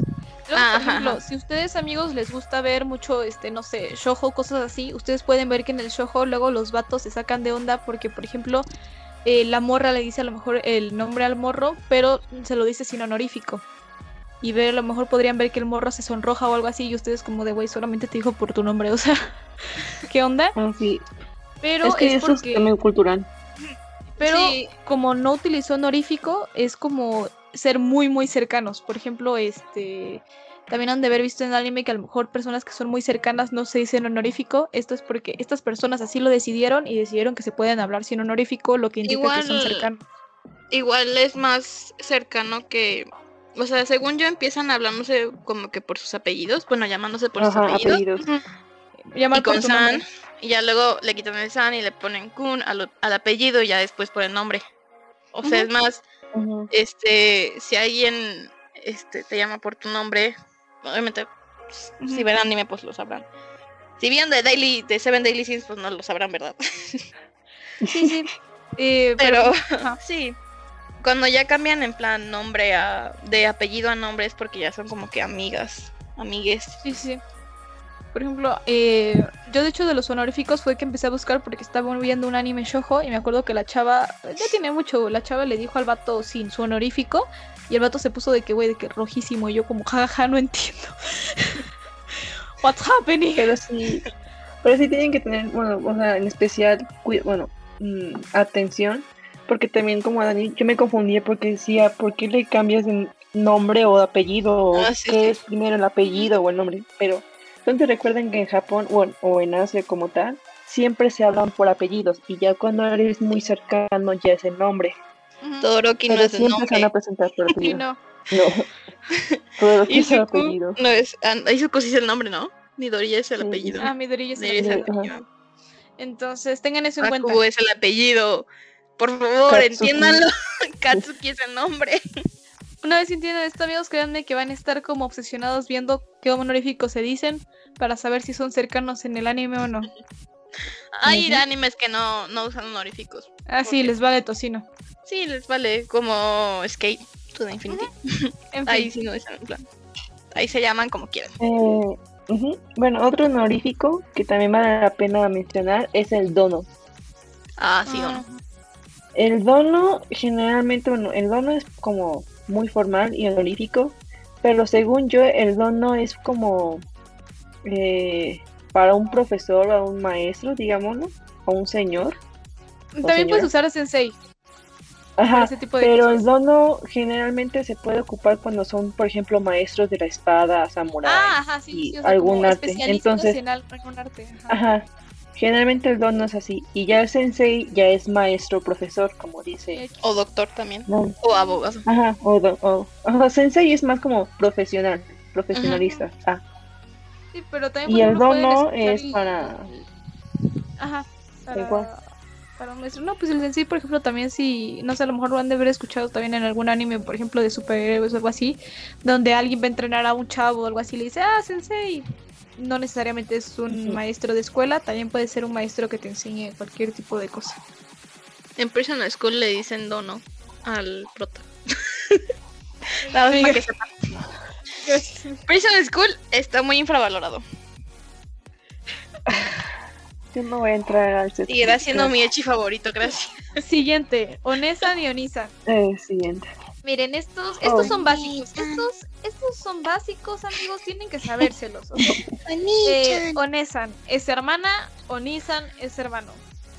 S1: Luego, por
S3: Ajá,
S1: ejemplo,
S3: ajá.
S1: si ustedes amigos les gusta ver mucho, no sé, shoujo, cosas así, ustedes pueden ver que en el shoujo luego los vatos se sacan de onda porque, por ejemplo, la morra le dice a lo mejor el nombre al morro, pero se lo dice sin honorífico. Y ver, a lo mejor podrían ver que el morro se sonroja o algo así y ustedes como de, güey, solamente te dijo por tu nombre, o sea, ¿qué onda?
S2: Ah, sí.
S1: Pero
S2: Es que
S1: es
S2: eso es
S1: porque...
S2: también cultural.
S1: Pero
S3: Sí.
S1: como no utilizó honorífico, es como ser muy, muy cercanos. Por ejemplo, también han de haber visto en el anime que a lo mejor personas que son muy cercanas no se dicen honorífico. Esto es porque estas personas así lo decidieron y decidieron que se pueden hablar sin honorífico, lo que indica que son cercanos.
S3: Igual es más cercano que, o sea, según yo empiezan hablándose como que por sus apellidos, bueno, llamándose por sus
S2: Ajá,
S3: apellidos.
S2: apellidos.
S1: Llamar
S3: Y
S1: por
S3: con
S1: tu
S3: san,
S1: nombre.
S3: y ya luego le quitan el san y le ponen kun al apellido y ya después por el nombre. O sea,
S1: Ujú.
S3: es más,
S2: Ujú.
S3: si alguien te llama por tu nombre, obviamente,
S1: Ujú.
S3: si ven anime, pues lo sabrán. Si bien de Seven Daily Sins, pues no lo sabrán, ¿verdad?
S1: Sí, sí.
S3: Pero
S1: ajá.
S3: sí, cuando ya cambian en plan nombre de apellido a nombre es porque ya son como que amigues.
S1: Sí, sí. Por ejemplo, yo de hecho de los honoríficos fue que empecé a buscar porque estaba viendo un anime shoujo y me acuerdo que la chava, ya tiene mucho, la chava le dijo al vato sin su honorífico y el vato se puso de que, güey, de que rojísimo y yo como, jajaja, no entiendo. What's happening?
S2: Pero sí tienen que tener, bueno, o sea, en especial, atención, porque también como Dani, yo me confundía porque decía, ¿por qué le cambias de nombre o de apellido? O
S3: Sí,
S2: qué
S3: sí.
S2: es primero, el apellido o el nombre. Pero entonces recuerden que en Japón o en Asia como tal, siempre se hablan por apellidos y ya cuando eres muy cercano ya es el nombre.
S3: Todoroki no
S2: Pero
S3: es el
S2: siempre se van a
S3: nombre.
S2: presentar por
S1: Sí,
S2: apellido.
S1: no.
S2: No, Todoroki es el
S3: Izuku
S2: apellido.
S3: no es. Izuku sí es el nombre, ¿no? Midori es el
S2: Sí,
S3: apellido.
S1: Ah, Midori es el
S3: Midori es el
S1: apellido.
S3: apellido.
S1: Entonces, tengan eso en cuenta.
S3: Hakuo es el apellido. Por favor,
S2: Katsuki.
S3: entiéndanlo. Katsuki es el nombre.
S1: Una vez entiendan esto, amigos, créanme que van a estar como obsesionados viendo qué honoríficos se dicen para saber si son cercanos en el anime o no.
S3: Hay animes que no usan honoríficos.
S1: Ah, sí,
S3: Porque
S1: les vale tocino.
S3: sí, les vale, como Skate to the Infinity.
S1: En fin.
S3: Ahí sí no dicen en plan. Ahí se llaman como quieran.
S2: Bueno, otro honorífico que también vale la pena mencionar es el dono.
S3: Ah, sí, o no.
S2: El dono generalmente, bueno, el dono es como muy formal y honorífico, pero según yo el dono es como para un profesor o un maestro, digámoslo, o un señor.
S1: También puedes usar a sensei.
S2: Ajá,
S1: ese tipo de
S2: pero
S1: cosas.
S2: el dono generalmente se puede ocupar cuando son, por ejemplo, maestros de la espada, samurái
S1: Ajá, sí,
S2: y
S1: sí, o sea,
S2: algún
S1: como
S2: arte.
S1: especialistas
S2: Entonces,
S1: en algún arte.
S2: ajá, generalmente el dono es así. Y ya el sensei ya es maestro, profesor, como dice.
S3: O doctor también.
S2: No.
S3: O abogado.
S2: Ajá, sensei es más como profesionalista.
S1: Sí, pero también,
S2: Y
S1: por
S2: el
S1: ejemplo, pueden
S2: dono
S1: escuchar
S2: es para...
S1: Ajá,
S2: igual.
S1: para un maestro. No, pues el sensei, por ejemplo, también si, no sé, a lo mejor lo han de haber escuchado también en algún anime, por ejemplo, de superhéroes o algo así, donde alguien va a entrenar a un chavo o algo así y le dice, sensei. No necesariamente es un maestro de escuela, también puede ser un maestro que te enseñe cualquier tipo de cosa.
S3: En Prison School le dicen dono al prota. Nada más para que sepan. Prison School está muy infravalorado.
S2: Yo no voy a entrar al set.
S3: Seguirá siendo mi ecchi favorito, gracias.
S1: Siguiente, Onesan y Onisan.
S2: Siguiente.
S1: Miren, estos son básicos. Estos son básicos, amigos, tienen que sabérselos. Okay. Onesan es hermana, Onisan es hermano.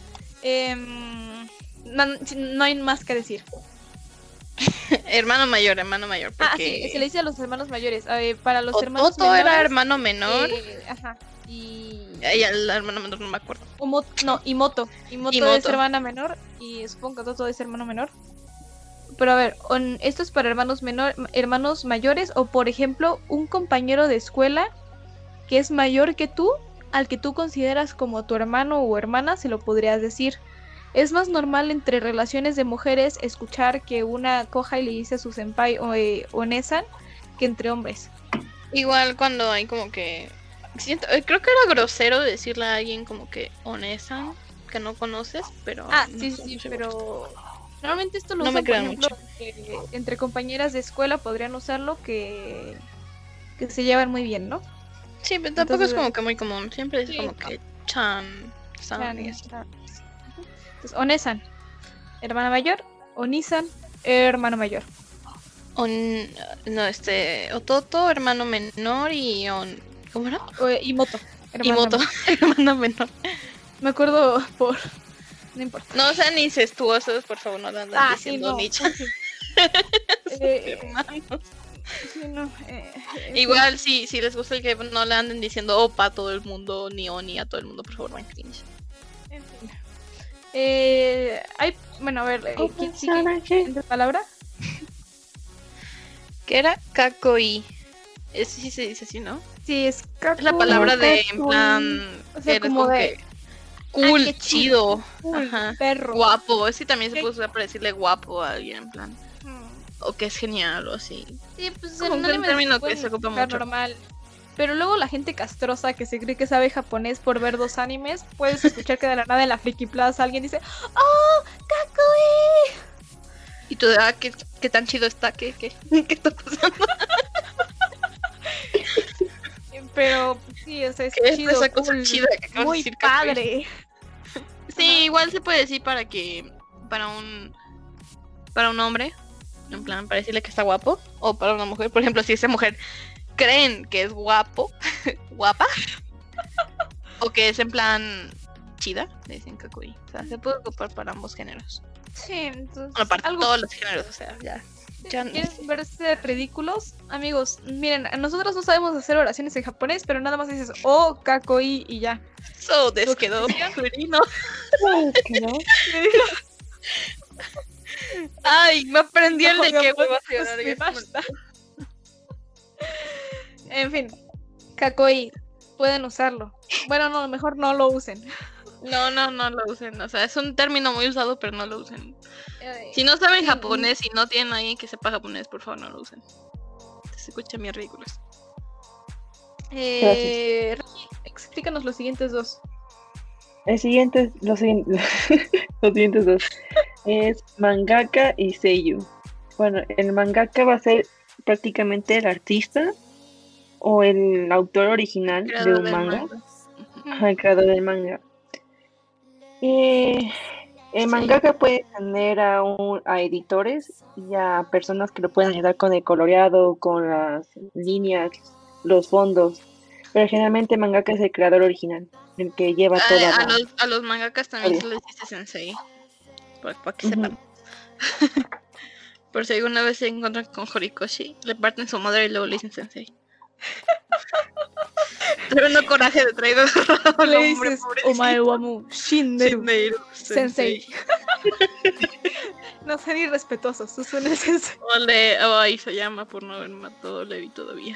S1: No hay más que decir.
S3: hermano mayor. Porque...
S1: sí, se le dice a los hermanos mayores. Para los hermanos
S3: Ototo
S1: menores,
S3: era hermano menor.
S1: Ajá. Y
S3: el hermano menor no me acuerdo.
S1: Imoto. Imoto es hermana menor y supongo que Ototo es hermano menor. Pero a ver, esto es para hermanos mayores o por ejemplo un compañero de escuela que es mayor que tú, al que tú consideras como tu hermano o hermana, se lo podrías decir. Es más normal entre relaciones de mujeres escuchar que una coja y le dice a su senpai o nesan que entre hombres.
S3: Igual cuando hay como que... creo que era grosero decirle a alguien como que onesan, que no conoces, pero...
S1: sí, pero... Normalmente esto lo
S3: no
S1: usan,
S3: me crean
S1: por ejemplo, entre compañeras de escuela podrían usarlo que que se llevan muy bien, ¿no?
S3: Sí, pero tampoco
S1: Entonces,
S3: es como que muy común. Siempre es
S1: sí,
S3: como
S1: no.
S3: que Chan, San
S1: Chan,
S3: y eso.
S1: Chan. Entonces, Onesan, hermana mayor, Onisan, hermano mayor.
S3: Ototo, hermano menor y ¿cómo era?
S1: Y Moto,
S3: Y
S1: hermana
S3: Moto,
S1: menor.
S3: hermano menor.
S1: Me acuerdo por... No importa.
S3: No sean incestuosos, por favor, no andan
S1: Sí,
S3: diciendo
S1: no.
S3: Nichan.
S1: Sí.
S3: Hermanos.
S1: Sí, no.
S3: Igual, si les gusta el que no le anden diciendo opa a todo el mundo, ni oni a todo el mundo, por favor, vayan cringe.
S1: En fin. Bueno, a ver, ¿quién sigue? ¿En palabra?
S3: ¿Qué era? Kakoi. Ese sí se dice así, ¿no?
S1: Sí, es
S3: Es la palabra de, en plan,
S1: O sea,
S3: que eres
S1: como de...
S3: que cool,
S1: qué
S3: chido,
S1: cool,
S3: ajá,
S1: perro.
S3: guapo. Ese también se
S1: Sí.
S3: puede usar para decirle guapo a alguien, en plan,
S1: Mm.
S3: o que es genial o así.
S1: Sí, pues
S3: Como
S1: en
S3: que un
S1: anime
S3: término que
S1: pueden
S3: se ocupa
S1: usar
S3: mucho.
S1: normal. Pero luego la gente castrosa que se cree que sabe japonés por ver 2 animes, puedes escuchar que de la nada en la Friki Plaza alguien dice ¡Oh! ¡Kakoi!
S3: Y tú, qué tan chido está, qué está pasando.
S1: Pero sí, o sea, es
S3: ¿Qué es
S1: chido,
S3: esa cosa
S1: cool,
S3: chida que acabas de
S1: muy
S3: decir, Kakoi?
S1: padre.
S3: Sí, igual se puede decir para un hombre, en plan, para decirle que está guapo, o para una mujer, por ejemplo, si esa mujer creen que es guapo, guapa, o que es en plan chida, le dicen kakui. O sea, se puede ocupar para ambos géneros.
S1: Sí, entonces
S3: Bueno, para
S1: algo.
S3: todos los géneros, o sea, ya no
S1: ¿Quieren
S3: sé.
S1: verse ridículos? Amigos, miren, nosotros no sabemos hacer oraciones en japonés, pero nada más dices oh, kakoi y ya.
S3: So, desquedó. No. Ay, me aprendí el de qué huevas llorar.
S1: En fin, kakoi, pueden usarlo. Bueno, no, mejor no lo usen.
S3: No lo usen. O sea, es un término muy usado, pero no lo usen. Si no saben japonés y no tienen a alguien que sepa japonés, por favor, no lo usen. Se escuchan bien ridículos.
S1: Explícanos los siguientes 2.
S2: Los siguientes dos es mangaka y seiyuu. Bueno, el mangaka va a ser prácticamente el artista o el autor original de un manga. Ajá, el creador del manga. El mangaka puede tener a editores y a personas que lo pueden ayudar con el coloreado, con las líneas, los fondos. Pero generalmente el mangaka es el creador original, el que lleva toda
S3: a los mangakas también se les dice sensei. Para que sepan. Por si alguna vez se encuentran con Horikoshi, le parten su madre y luego le dicen sensei. Tremendo coraje de traidor.
S1: Le dices omae wa mu shinderu sensei. No sean irrespetuosos, usen el sensei.
S3: Ahí se llama por no haber matado a Levi todavía.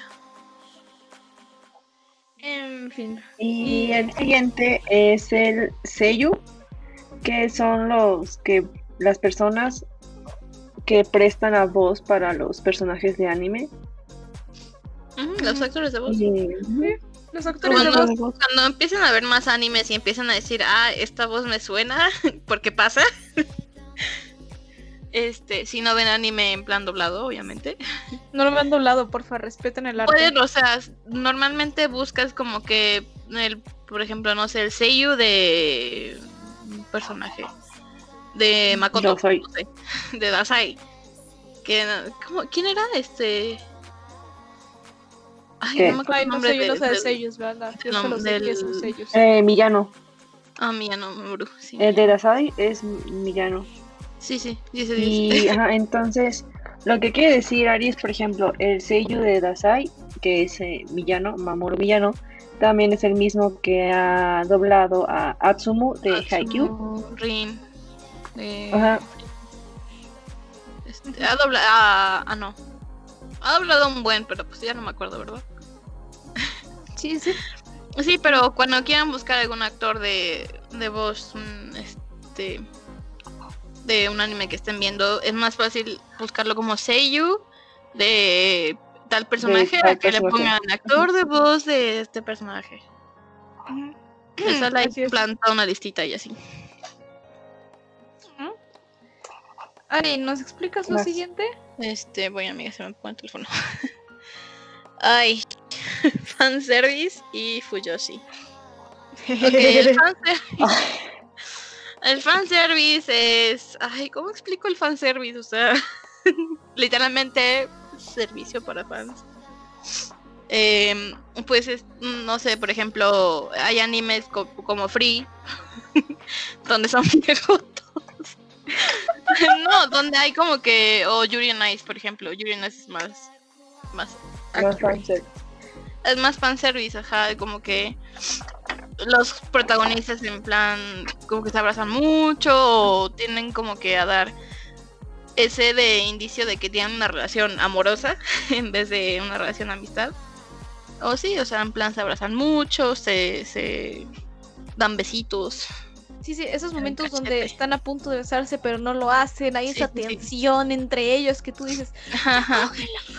S1: En fin.
S2: Y el siguiente es el seiyuu, que son las personas que prestan la voz para los personajes de anime.
S3: Los actores de voz.
S1: Los actores de voz.
S3: Cuando empiezan a ver más animes y empiezan a decir, esta voz me suena, ¿por qué pasa? Si no ven anime en plan doblado, obviamente.
S1: No lo han doblado, porfa, respeten el arte.
S3: Pueden, o sea, normalmente buscas como que por ejemplo, no sé, el seiyuu de un personaje de Makoto, no sé, de Dasai. ¿Quién era Ay, no me acuerdo el nombre
S1: no sé de sellos, ¿verdad? Yo solo sé que son sellos.
S2: Miyano.
S3: Miyano, sí.
S2: El de Dasai es Miyano.
S3: Sí, se dice.
S2: Y entonces, lo que quiere decir Ari es, por ejemplo, el seiyuu de Dasai, que es Mamoru Miyano, también es el mismo que ha doblado a Atsumu de Haikyuu.
S3: Rin.
S2: Ajá.
S3: Ha doblado. No. Ha doblado un buen, pero pues ya no me acuerdo, ¿verdad?
S1: Sí.
S3: Sí, pero cuando quieran buscar algún actor de voz, de un anime que estén viendo, es más fácil buscarlo como seiyuu de tal personaje a que le pongan actor de voz de este personaje. Me sale ahí planta una listita y así. Ari,
S1: ¿nos explicas lo siguiente?
S3: Voy, amiga, se me pone el teléfono. Ay, fanservice y Fuyoshi. Okay, el fanservice es... Ay, ¿cómo explico el fanservice? O sea, literalmente servicio para fans. Pues no sé, por ejemplo, hay animes como Free, donde son viejotos. No, donde hay como que... O Yuri on Ice, por ejemplo. Yuri on Ice es más
S2: fanservice.
S3: Es más fanservice, ajá, como que los protagonistas en plan como que se abrazan mucho o tienen como que a dar ese de indicio de que tienen una relación amorosa en vez de una relación de amistad. O sí, o sea, en plan se abrazan mucho, se dan besitos.
S1: Sí, esos momentos donde están a punto de besarse pero no lo hacen, hay esa tensión entre ellos que tú dices...
S3: Ajá.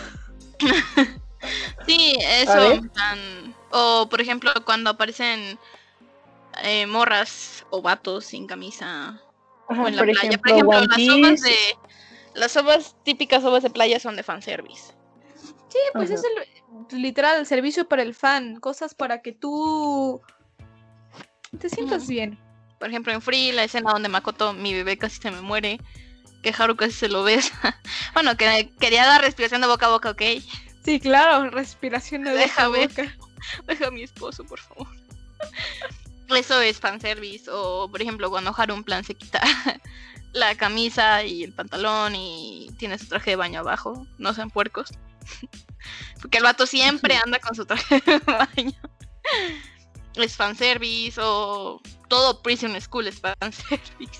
S3: Sí, eso en plan... O por ejemplo cuando aparecen morras o vatos sin camisa.
S2: Ajá,
S3: o en la playa. Por ejemplo, las típicas ovas de playa son de fanservice.
S1: Sí, pues es literal el servicio para el fan, cosas para que tú te sientas bien.
S3: Por ejemplo, en Free, la escena donde Makoto, mi bebé, casi se me muere, que Haru casi se lo besa. Bueno, que quería dar respiración de boca a boca, ¿ok?
S1: Sí, claro, respiración de boca a boca.
S3: Deja a mi esposo, por favor. Eso es fanservice. O, por ejemplo, cuando Haru en plan se quita la camisa y el pantalón y tiene su traje de baño abajo. No sean puercos. Porque el vato siempre anda con su traje de baño. Es fanservice. O todo Prison School es fanservice.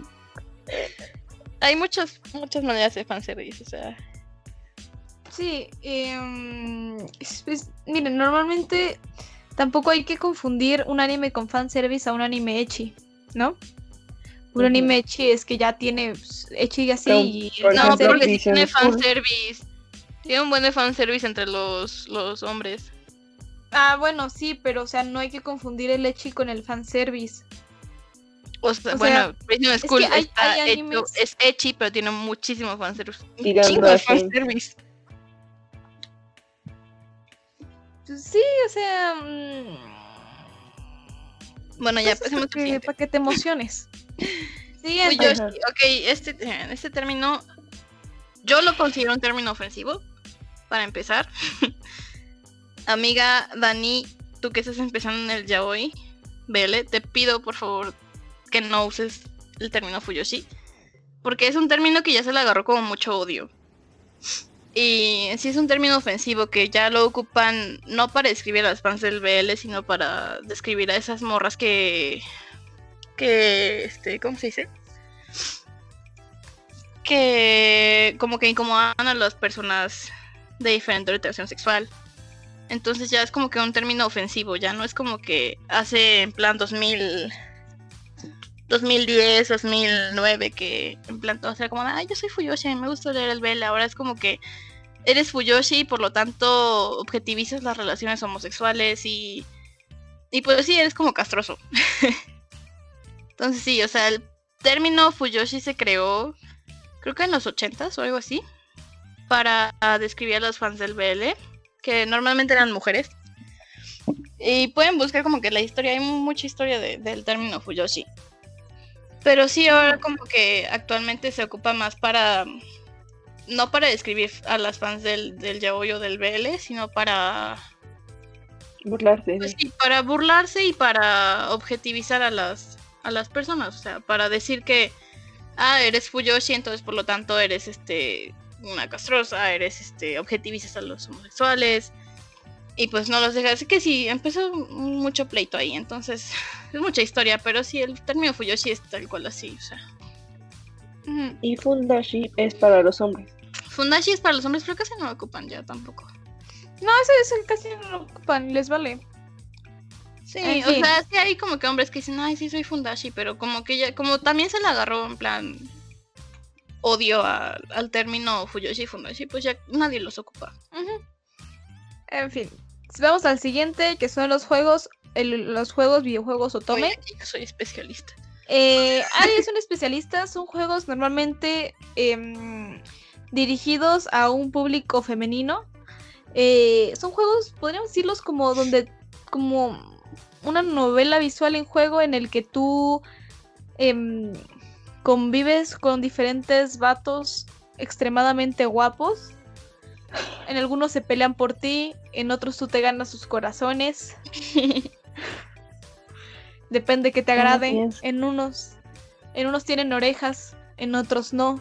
S3: Hay muchas maneras de fanservice, o sea...
S1: Sí, miren, normalmente tampoco hay que confundir un anime con fanservice a un anime ecchi, ¿no? Un anime ecchi es que ya tiene ecchi y así.
S3: No, porque sí tiene fanservice. Tiene un buen de fanservice entre los hombres.
S1: Ah, bueno, sí, pero o sea, no hay que confundir el ecchi con el fanservice.
S3: O bueno, Prison School es ecchi, pero tiene muchísimo fanservice. Un chingo de fanservice.
S1: Sí, o sea... Bueno, ya pasemos para que te emociones.
S3: Siguiente. Fuyoshi. Ok, este término yo lo considero un término ofensivo, para empezar. Amiga Dani, tú que estás empezando en el yaoi, vele, te pido por favor que no uses el término Fuyoshi, porque es un término que ya se le agarró como mucho odio. Y sí es un término ofensivo que ya lo ocupan no para describir a las fans del BL, sino para describir a esas morras que ¿cómo se dice? Que como que incomodan a las personas de diferente orientación sexual. Entonces ya es como que un término ofensivo, ya no es como que hace en plan 2010, 2009, que en plan todo era como, ay, yo soy Fuyoshi, me gusta leer el BL. Ahora es como que eres Fuyoshi y por lo tanto objetivizas las relaciones homosexuales y pues sí, eres como castroso. Entonces sí, o sea, el término Fuyoshi se creó, creo que en los 80s o algo así, para describir a los fans del BL, que normalmente eran mujeres. Y pueden buscar como que la historia, hay mucha historia del término Fuyoshi. Pero sí, ahora como que actualmente se ocupa más para... No para describir a las fans del yaoi o del BL, sino para...
S2: burlarse.
S3: Pues sí, para burlarse y para objetivizar a las personas. O sea, para decir que... eres Fuyoshi, entonces por lo tanto eres una castrosa, eres objetivizas a los homosexuales. Y pues no los dejas. Así que sí, empezó mucho pleito ahí. Entonces, es mucha historia. Pero sí, el término Fuyoshi es tal cual así, o sea.
S2: Y Fundashi es para los hombres.
S3: Fundashi es para los hombres, pero casi no lo ocupan ya tampoco.
S1: No, ese casi no lo ocupan, les vale.
S3: Sí, o sea, sí hay como que hombres que dicen, ay, sí soy Fundashi, pero como que ya, como también se le agarró en plan odio al término Fuyoshi y Fundashi, pues ya nadie los ocupa.
S1: En fin, vamos al siguiente, que son los juegos, videojuegos otome.
S3: Oye, aquí yo soy especialista.
S1: Ari es un especialista, son juegos normalmente dirigidos a un público femenino. Son juegos, podríamos decirlos como una novela visual en juego en el que tú convives con diferentes vatos extremadamente guapos. En algunos se pelean por ti, en otros tú te ganas sus corazones. Depende que te agrade. En unos tienen orejas, en otros no.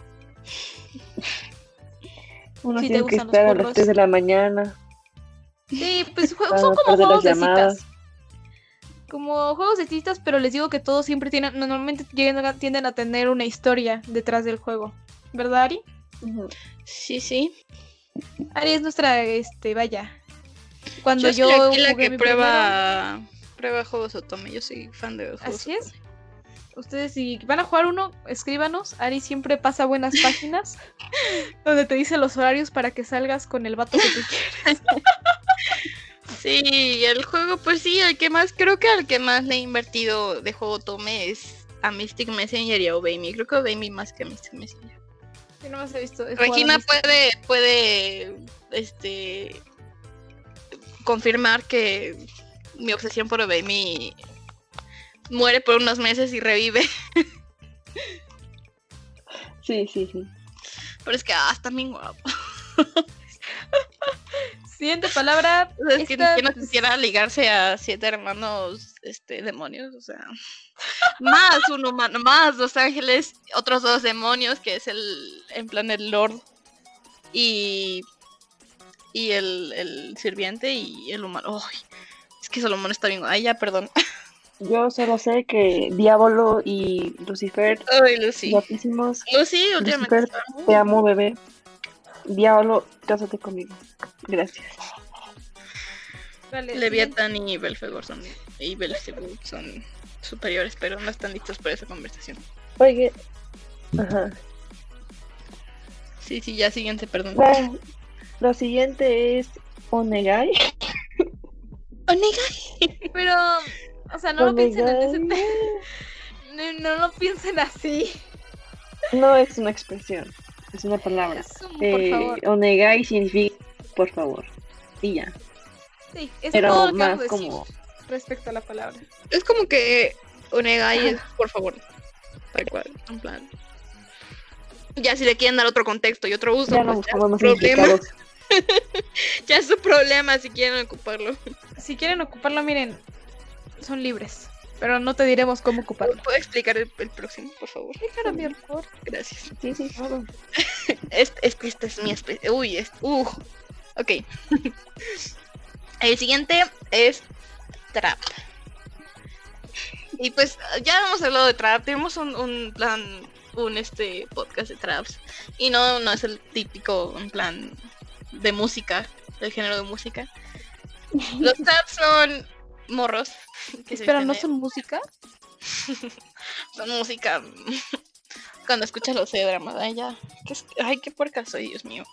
S2: Unos tienen que estar a las 3 de la mañana.
S1: Sí, pues son como juegos de citas. Como juegos de citas, pero les digo que todos siempre normalmente tienden a tener una historia detrás del juego. ¿Verdad, Ari?
S3: Uh-huh. Sí.
S1: Ari es nuestra, vaya. Cuando
S3: yo soy aquí la que
S1: prueba
S3: juegos Otome. Yo soy fan de los juegos.
S1: Así es. Ustedes si van a jugar uno, escríbanos. Ari siempre pasa buenas páginas donde te dice los horarios para que salgas con el vato que tú quieres.
S3: Sí, el juego, pues sí, creo que al que más le he invertido de juego Otome es a Mystic Messenger y a Obey. Creo que Obey más que a Mystic Messenger.
S1: Yo no más he visto.
S3: Regina puede confirmar que mi obsesión por Obey muere por unos meses y revive.
S2: Sí.
S3: Pero es que está bien guapo.
S1: Siguiente palabra.
S3: Es que no quisiera ligarse a 7 hermanos demonios, o sea. Más un humano, más 2 ángeles, otros 2 demonios, que es el Lord y el sirviente y el humano. ¡Ay! Es que Salomón está bien. Ay, ya, perdón.
S2: Yo solo sé que Diablo y Lucifer.
S3: Ay, Lucy.
S2: Guapísimos.
S3: Lucy, últimamente.
S2: Lucifer, te amo, bebé. Diablo, cásate conmigo. Gracias.
S1: Vale,
S3: Leviathan y Belfegor y Belzebub son superiores, pero no están listos para esa conversación.
S2: Oye. Ajá.
S3: Sí, ya siguiente, perdón.
S2: Lo siguiente es Onegai.
S3: Onegai.
S1: Pero, o sea, no Onegai. Lo piensen en ese... No lo piensen así.
S2: No es una expresión, es una palabra.
S1: Por favor.
S2: Onegai significa por favor. Y ya.
S1: Sí, es
S2: pero
S1: todo lo que
S2: más
S1: vamos a decir
S2: como
S1: respecto a la palabra.
S3: Es como que Onegai es por favor. Tal cual, en plan. Ya si le quieren dar otro contexto y otro uso,
S2: ya
S3: pues
S2: no
S3: ya es su problema. Ya es su problema si quieren ocuparlo.
S1: Si quieren ocuparlo, miren, son libres. Pero no te diremos cómo ocuparlo.
S3: ¿Puedo explicar el próximo, por favor?
S1: Sí, claro, mi amor.
S3: Gracias.
S2: Sí, claro.
S3: Esta es mi especie. Uy, ok. El siguiente es Trap. Y pues ya hemos hablado de Trap. Tenemos un plan, podcast de Traps. Y no es el típico en plan de música, del género de música. Los Traps son morros.
S1: Espera, ¿no son música?
S3: Son música. Cuando escuchas los dramas, ay, qué puerca soy, Dios mío.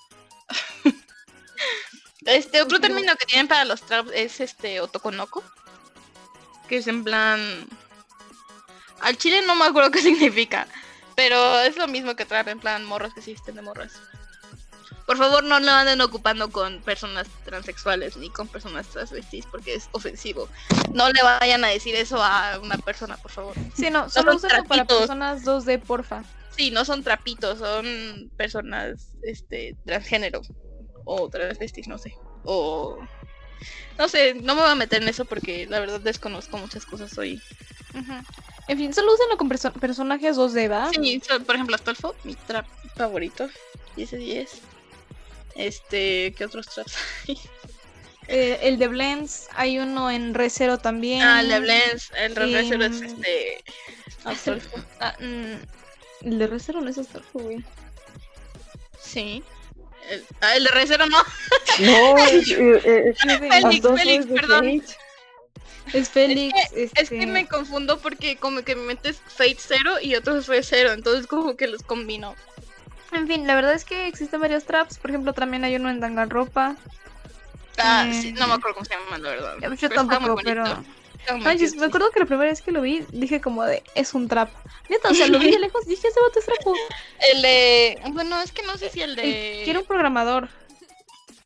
S3: Otro término que tienen para los traps es otokonoko, que es en plan, al chile no me acuerdo qué significa, pero es lo mismo que trap, en plan morros que existen de morras. Por favor, no lo anden ocupando con personas transexuales ni con personas transvestis porque es ofensivo. No le vayan a decir eso a una persona, por favor.
S1: Sí, no, solo úsenlo para personas 2D, porfa.
S3: Sí, no son trapitos, son personas transgénero o transvestis, no sé. O no sé, no me voy a meter en eso porque la verdad desconozco muchas cosas hoy.
S1: Uh-huh. En fin, solo úsenlo con personajes 2D, ¿va?
S3: Sí, por ejemplo, Astolfo, mi trap favorito, 10 de 10. ¿Qué otros traps hay?
S1: El de Blends, hay uno en Re:Zero también.
S3: El de Blends, el de Re:Zero es Astolfo.
S1: El de Re:Zero no es Astolfo, güey.
S3: Sí. El de Re:Zero no.
S2: No,
S3: Félix, perdón.
S1: Es Félix.
S3: Es que me confundo porque como que mi mente es Fate 0 y otro es Re:Zero, entonces como que los combino.
S1: En fin, la verdad es que existen varios traps. Por ejemplo, también hay uno en Danganronpa.
S3: Sí, no me acuerdo cómo se llama, la verdad.
S1: Yo tampoco, pero... Ay, me acuerdo que la primera vez que lo vi, dije como de, es un trap. Neta, o sea, lo vi de lejos y dije, ese vato es trapo.
S3: El de... Bueno, es que no sé si el de...
S1: Que era un programador.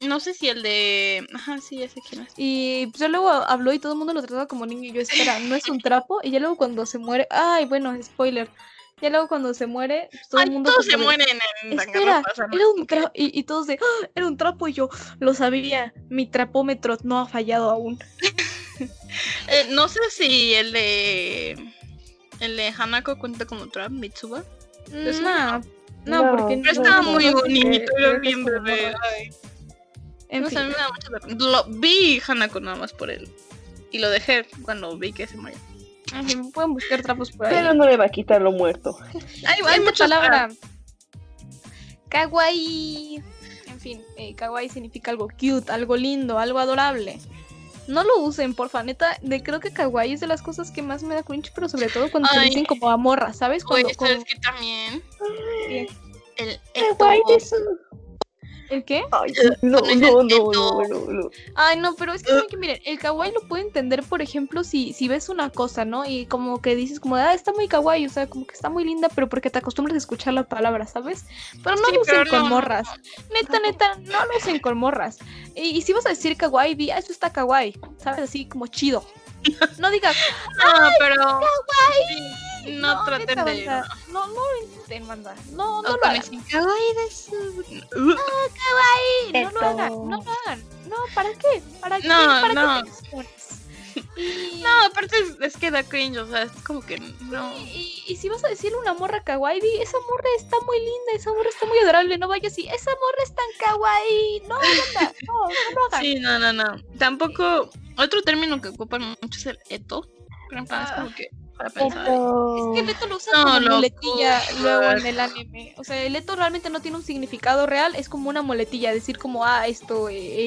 S3: No sé si el de... Ajá, sí, ya sé quién es.
S1: Y pues ya luego habló y todo el mundo lo trataba como niño. Y yo, espera, ¿no es un trapo? Y ya luego cuando se muere... Ay, bueno, spoiler. Ya luego cuando se muere, pues todo el mundo
S3: todos se
S1: como de,
S3: mueren en
S1: espera,
S3: Danganronpa, o sea, no
S1: era
S3: es
S1: un
S3: como que-
S1: trapo. Y todos de, "Ah, era un trapo". Y yo, lo sabía. Mi trapómetro no ha fallado aún.
S3: no sé si el de... El de Hanako cuenta como trap, Mitsuba. Eso
S1: No,
S2: no.
S1: porque
S3: Pero estaba
S1: no,
S3: muy
S1: no,
S3: bonito,
S1: porque
S3: era
S1: es
S3: bien
S1: como
S3: bebé.
S1: morra.
S3: Ay.
S1: En
S3: No sé, a
S1: fin.
S3: mí me da mucha vergüenza. Lo vi Hanako nada más por él. Y lo dejé cuando vi que se moría.
S1: En fin, pueden buscar trapos por ahí.
S2: Pero no le va a quitar lo muerto.
S3: Hay
S1: Siguiente
S3: muchas
S1: palabra. Kawaii. En fin, kawaii significa algo cute, algo lindo, algo adorable. No lo usen, porfa, neta. Creo que kawaii es de las cosas que más me da cringe, pero sobre todo cuando se
S3: Ay.
S1: dicen como a morra, ¿sabes?
S3: Oye,
S1: Cuando,
S3: ¿sabes qué también?
S1: ¿Qué?
S3: El
S2: Kawaii
S3: Eto.
S2: eso.
S1: ¿El qué?
S2: Ay, no.
S1: Ay, no, pero es que, saben que miren, el kawaii lo puedo entender, por ejemplo, si ves una cosa, ¿no? Y como que dices como, está muy kawaii, o sea, como que está muy linda, pero porque te acostumbras a escuchar la palabra, ¿sabes? Pero no
S3: Sí,
S1: lo usen
S3: pero
S1: con
S3: no,
S1: morras. Neta, no lo usen con morras. Y si vas a decir kawaii, di, eso está kawaii, ¿sabes? Así como chido. No digas,
S3: No, pero...
S1: kawaii.
S3: Sí, no traten
S1: neta,
S3: de...
S1: banda, no lo intenten, banda. No lo
S3: con
S1: hagan.
S3: ese kawaii de su...
S1: No lo hagan, no lo hagan. No, ¿para qué? ¿Para qué?
S3: No,
S1: ¿Para
S3: no.
S1: qué te expones? Y...
S3: No, aparte es que da cringe, o sea, es como que no.
S1: Y si vas a decirle una morra kawaii, di, esa morra está muy linda, esa morra está muy adorable, no vayas y esa morra es tan kawaii. No, banda, no lo hagan.
S3: Sí, no. Tampoco, otro término que ocupan mucho es el eto. Pero en plan es como que para pensar.
S1: Es que el eto lo usan
S3: No,
S1: como
S3: loco.
S1: muletilla luego en el anime. O sea, el eto realmente no tiene un significado real, es como una muletilla, decir como, esto,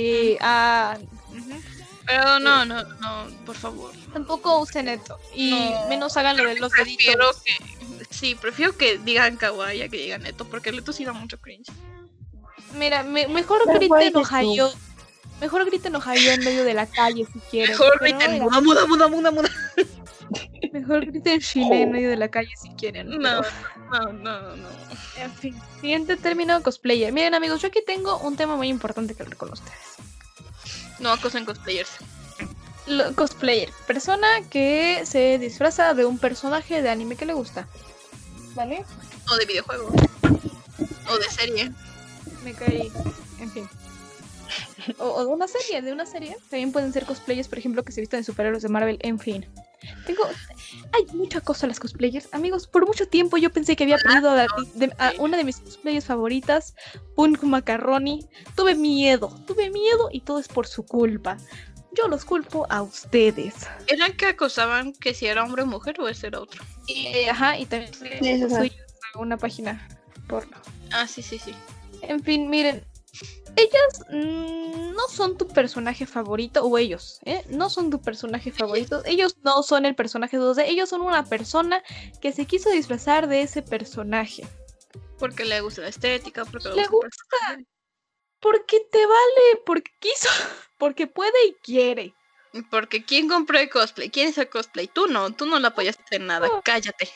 S3: Pero no, por favor.
S1: Tampoco usen eto. Y
S3: No.
S1: menos hagan lo de los
S3: Prefiero
S1: deditos.
S3: prefiero que digan kawaii a que digan eto, porque el eto sí da mucho cringe.
S1: Mira, mejor
S2: Kawaii
S1: griten
S2: es tú.
S1: Ohio. Mejor griten Ohio en medio de la calle si quieren.
S3: Mejor
S1: pero
S3: griten
S1: mira,
S3: muda.
S1: mejor griten Chile en medio de la calle si quieren.
S3: No.
S1: En fin, siguiente término, cosplayer. Miren amigos, yo aquí tengo un tema muy importante que hablar con ustedes.
S3: No acosen cosplayers.
S1: Cosplayer, persona que se disfraza de un personaje de anime que le gusta. ¿Vale?
S3: O de videojuego. O de serie.
S1: Me caí. En fin. O de una serie. También pueden ser cosplayers, por ejemplo, que se vistan de superhéroes de Marvel. En fin. Hay mucha cosa a las cosplayers. Amigos, por mucho tiempo yo pensé que había perdido a una de mis cosplayers favoritas, Punk Macaroni. Tuve miedo y todo es por su culpa. Yo los culpo a ustedes.
S3: ¿Eran que acosaban que si era hombre o mujer o ese era otro?
S1: Y también
S2: eso
S1: soy una página porno.
S3: Ah, sí.
S1: En fin, miren, ellas no son tu personaje favorito, o ellos, no son tu personaje favorito, ellos no son el personaje 2D, ellos son una persona que se quiso disfrazar de ese personaje.
S3: Porque le gusta la estética, porque
S1: Le gusta, porque te vale, porque quiso, porque puede y quiere.
S3: Porque ¿quién compró el cosplay? ¿Quién es el cosplay? Tú no la apoyaste en nada,
S1: No.
S3: cállate.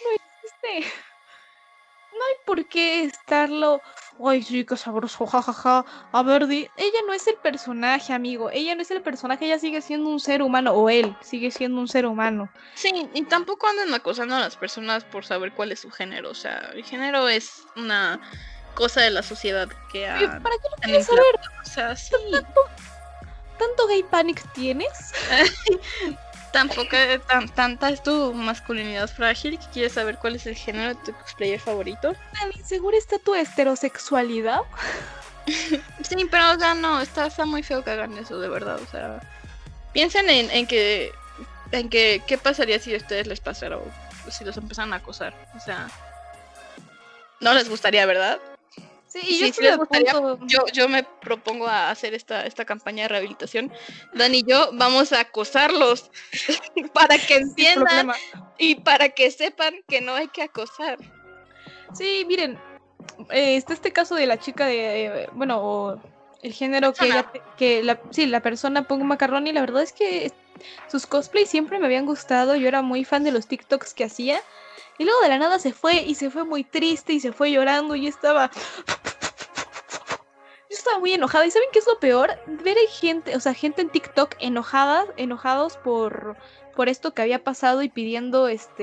S1: No hay por qué estarlo. Ay, sí, qué sabroso, jajaja. A ver, ella no es el personaje, amigo. Ella no es el personaje, ella sigue siendo un ser humano. O él sigue siendo un ser humano.
S3: Sí, y tampoco andan acosando a las personas por saber cuál es su género. O sea, el género es una cosa de la sociedad que
S1: ¿Para qué lo
S3: han
S1: quieres saber?
S3: implantado. O sea, sí.
S1: ¿Tanto gay panic tienes?
S3: Tampoco tanta es tu masculinidad frágil que quieres saber cuál es el género de tu cosplayer favorito.
S1: ¿Tan insegura está tu heterosexualidad?
S3: Sí, pero o sea, no, está muy feo que hagan eso, de verdad. O sea, piensen en que qué pasaría si a ustedes les pasara o si los empezaran a acosar. O sea, no les gustaría, ¿verdad?
S1: Sí,
S3: Y
S1: yo
S3: si
S1: estoy
S3: les
S1: a
S3: gustaría,
S1: punto.
S3: yo me propongo a hacer esta campaña de rehabilitación. Dan y yo vamos a acosarlos para que
S1: Sin
S3: entiendan
S1: problema.
S3: y para que sepan que no hay que acosar.
S1: Sí, miren, está este caso de la chica de, o el género la persona Punk Macaroni. La verdad es que sus cosplays siempre me habían gustado. Yo era muy fan de los TikToks que hacía. Y luego de la nada se fue muy triste y se fue llorando y estaba... estaba muy enojada. ¿Y saben qué es lo peor? Ver gente, o sea, gente en TikTok enojados por esto que había pasado y pidiendo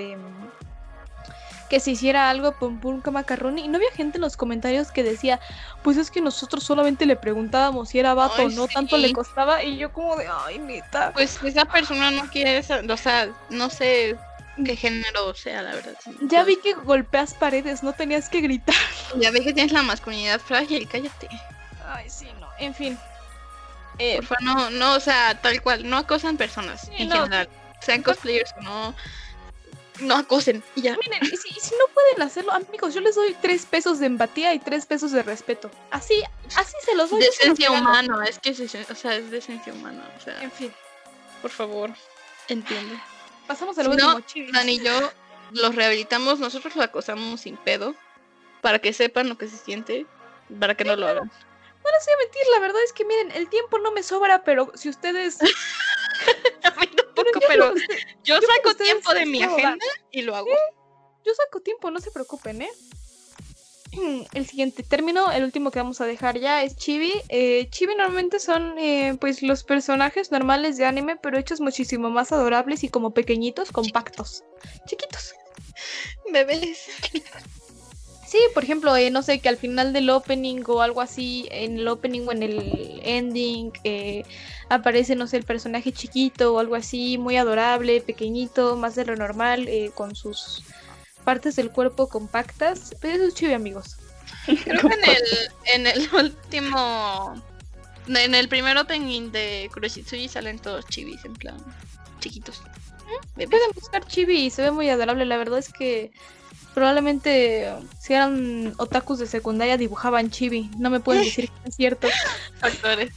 S1: que se hiciera algo con Punka Macaroni. Y no había gente en los comentarios que decía, pues es que nosotros solamente le preguntábamos si era vato o no,
S3: sí.
S1: tanto le costaba. Y yo como de, ay, neta.
S3: Pues esa persona no quiere eso, o sea, no sé qué género sea, la verdad.
S1: Ya vi que golpeas paredes, no tenías que gritar.
S3: Ya vi que tienes la masculinidad frágil, cállate.
S1: Ay, sí, no, en fin.
S3: Por favor, no, o sea, tal cual, no acosan personas
S1: Sí,
S3: en
S1: no.
S3: general. Sean cosplayers o no acosen. Y ya.
S1: Miren, y si no pueden hacerlo, amigos, yo les doy 3 pesos de empatía y 3 pesos de respeto. Así se los doy.
S3: Decencia humana, es que es decencia humana, o sea,
S1: En fin,
S3: por favor, entiende.
S1: pasamos al
S3: Si
S1: último
S3: no,
S1: chivis.
S3: Dan y yo los rehabilitamos, nosotros los acosamos sin pedo, para que sepan lo que se siente, para que no lo hagan.
S1: No les voy a mentir, la verdad es que miren, el tiempo no me sobra, pero si ustedes...
S3: A mí tampoco, pero yo
S1: creo que
S3: saco
S1: ustedes
S3: tiempo de mi
S1: todo dan.
S3: agenda y lo hago.
S1: Yo saco tiempo, no se preocupen, ¿eh? El siguiente término, el último que vamos a dejar ya es chibi. Chibi normalmente son pues los personajes normales de anime, pero hechos muchísimo más adorables y como pequeñitos, compactos, chiquitos.
S3: Bebés.
S1: Sí, por ejemplo, no sé, que al final del opening o algo así, en el opening o en el ending, aparece, no sé, el personaje chiquito o algo así, muy adorable, pequeñito, más de lo normal, con sus partes del cuerpo compactas. Pero eso es chibi, amigos.
S3: Creo que en el último, en el primer opening de Kuroshitsuji salen todos chibis, en plan, chiquitos. Bebés.
S1: Pueden buscar chibi y se ve muy adorable. La verdad es que probablemente si eran otakus de secundaria dibujaban chibi. No me pueden decir que es cierto.
S3: Factores.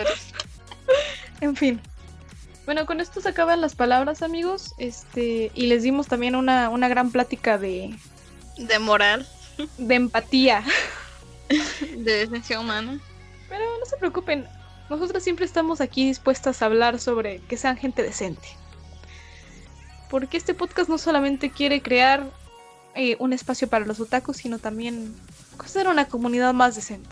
S1: En fin. Bueno, con esto se acaban las palabras, amigos. Y les dimos también una gran plática de
S3: moral,
S1: empatía.
S3: de decencia humana.
S1: Pero no se preocupen. Nosotros siempre estamos aquí dispuestas a hablar sobre que sean gente decente. Porque este podcast no solamente quiere crear un espacio para los otakus, sino también hacer una comunidad más decente.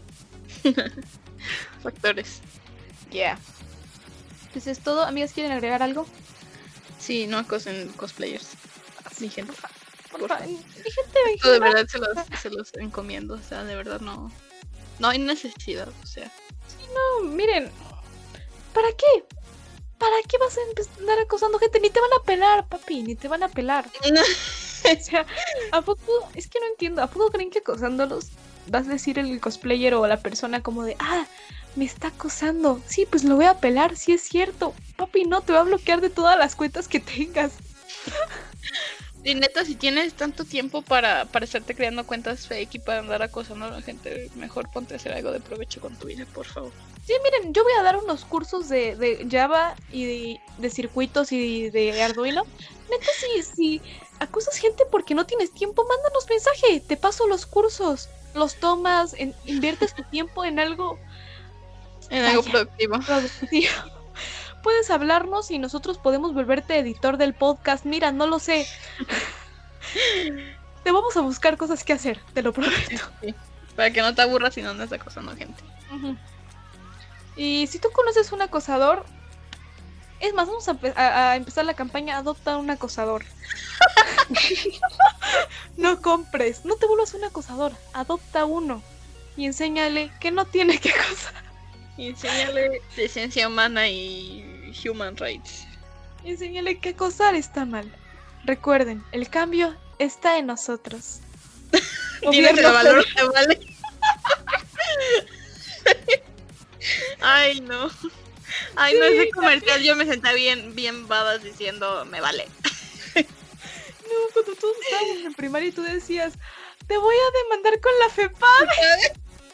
S3: Factores.
S1: Yeah. Pues es todo. Amigas, ¿quieren agregar algo?
S3: Sí, no acosen cosplayers. Mi gente.
S1: Por favor. Mi gente,
S3: Esto de verdad se los encomiendo. O sea, de verdad no hay necesidad. O sea.
S1: No, miren. ¿Para qué? ¿Para qué vas a andar acosando gente? Ni te van a pelar, papi. Ni te van a pelar. O sea, ¿a poco? Es que no entiendo. ¿A poco creen que acosándolos vas a decir el cosplayer o la persona como de, me está acosando? Sí, pues lo voy a pelar, sí es cierto. Papi, no, te va a bloquear de todas las cuentas que tengas.
S3: Y neta, si tienes tanto tiempo para estarte creando cuentas fake y para andar acosando a la gente, mejor ponte a hacer algo de provecho con tu vida, por favor.
S1: Sí, miren, yo voy a dar unos cursos de Java y de circuitos y de Arduino. Neta, si acusas gente porque no tienes tiempo, mándanos mensaje. Te paso los cursos. Los tomas, inviertes tu tiempo en algo...
S3: Algo productivo.
S1: Puedes hablarnos y nosotros podemos volverte editor del podcast. Mira, no lo sé. Te vamos a buscar cosas que hacer, te lo prometo.
S3: Sí. Para que no te aburras y no andes acosando a gente.
S1: Uh-huh. Y si tú conoces un acosador, es más, vamos a empezar la campaña Adopta un acosador. No compres, no te vuelvas un acosador, adopta uno y enséñale que no tiene que acosar.
S3: Y enséñale decencia humana y human rights.
S1: Y enséñale que acosar está mal. Recuerden, el cambio está en nosotros.
S3: Tienes el valor, te vale. Ay, no. Ay, sí, no, ese comercial yo me sentía bien badass diciendo, me vale.
S1: No, cuando todos estábamos en primaria y tú decías, te voy a demandar con la FEPADE.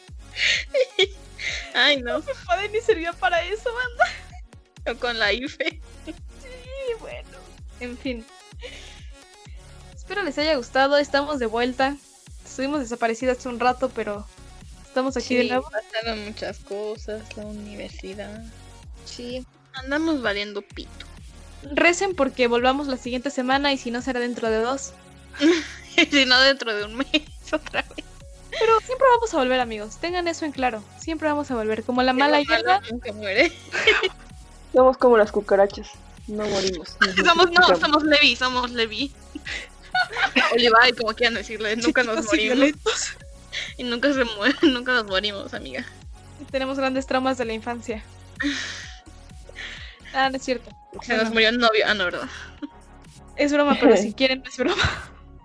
S3: Ay, no.
S1: La FEPADE ni servía para eso, banda.
S3: O con la IFE.
S1: Sí, bueno. En fin. Espero les haya gustado, estamos de vuelta. Estuvimos desaparecidas un rato, pero estamos aquí de nuevo.
S3: Pasaron muchas cosas, la universidad.
S1: Sí.
S3: Andamos valiendo pito.
S1: Recen porque volvamos la siguiente semana y si no será dentro de 2.
S3: Y si no dentro de un mes otra vez.
S1: Pero siempre vamos a volver, amigos. Tengan eso en claro. Siempre vamos a volver. Como la mala hierba.
S3: Nunca muere.
S2: Somos como las cucarachas. No morimos.
S3: Somos Levi. O Levi, como quieran decirle. Nunca nos morimos. Y nunca se muere, nunca nos morimos, amiga.
S1: Tenemos grandes traumas de la infancia. No es cierto.
S3: Se nos murió el novio. Ah, no, ¿verdad?
S1: Es broma, pero si quieren, no es broma.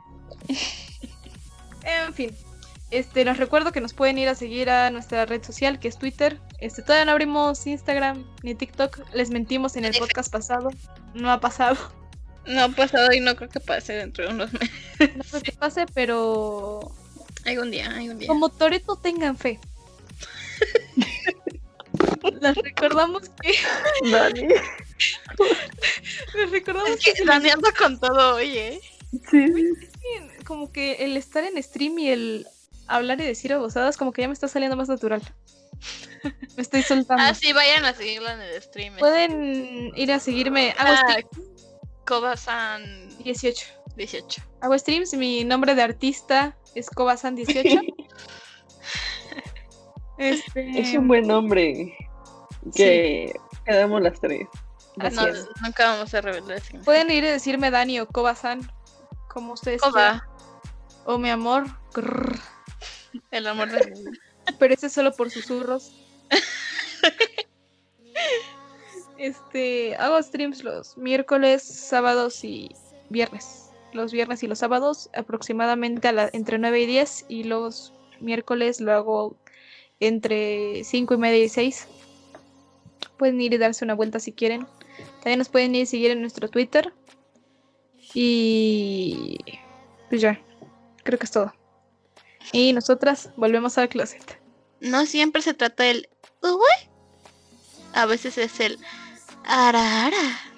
S1: En fin. Les recuerdo que nos pueden ir a seguir a nuestra red social, que es Twitter. Todavía no abrimos Instagram ni TikTok. Les mentimos en el podcast pasado. No ha pasado.
S3: No ha pasado y no creo que pase dentro de unos meses.
S1: No creo que pase, pero...
S3: Algún día.
S1: Como Toretto, tengan fe. Les recordamos que...
S2: Dani.
S1: Les recordamos
S3: que Dani anda con todo hoy, ¿eh?
S2: Sí.
S1: Como que el estar en stream y el hablar y decir babosadas, como que ya me está saliendo más natural. Me estoy soltando.
S3: Ah, sí, vayan a seguirla en el stream.
S1: Pueden ir a seguirme.
S3: Kobasan
S1: 18.
S3: 18.
S1: Hago streams, mi nombre de artista es Kobasan 18.
S2: Es un buen nombre. Que quedamos las tres.
S3: No, nunca vamos a revelar eso.
S1: Pueden ir a decirme Dani o Kobasan, como ustedes quieran. O mi amor. Grrr.
S3: El amor de mi vida.
S1: Pero ese es solo por susurros. Hago streams los miércoles, sábados y viernes. Los viernes y los sábados aproximadamente entre 9 y 10. Y los miércoles lo hago entre 5 y media y 6. Pueden ir y darse una vuelta si quieren. También nos pueden ir y seguir en nuestro Twitter. Y... pues ya, creo que es todo. Y nosotras volvemos al closet.
S3: No siempre se trata del... A veces es el... Ara.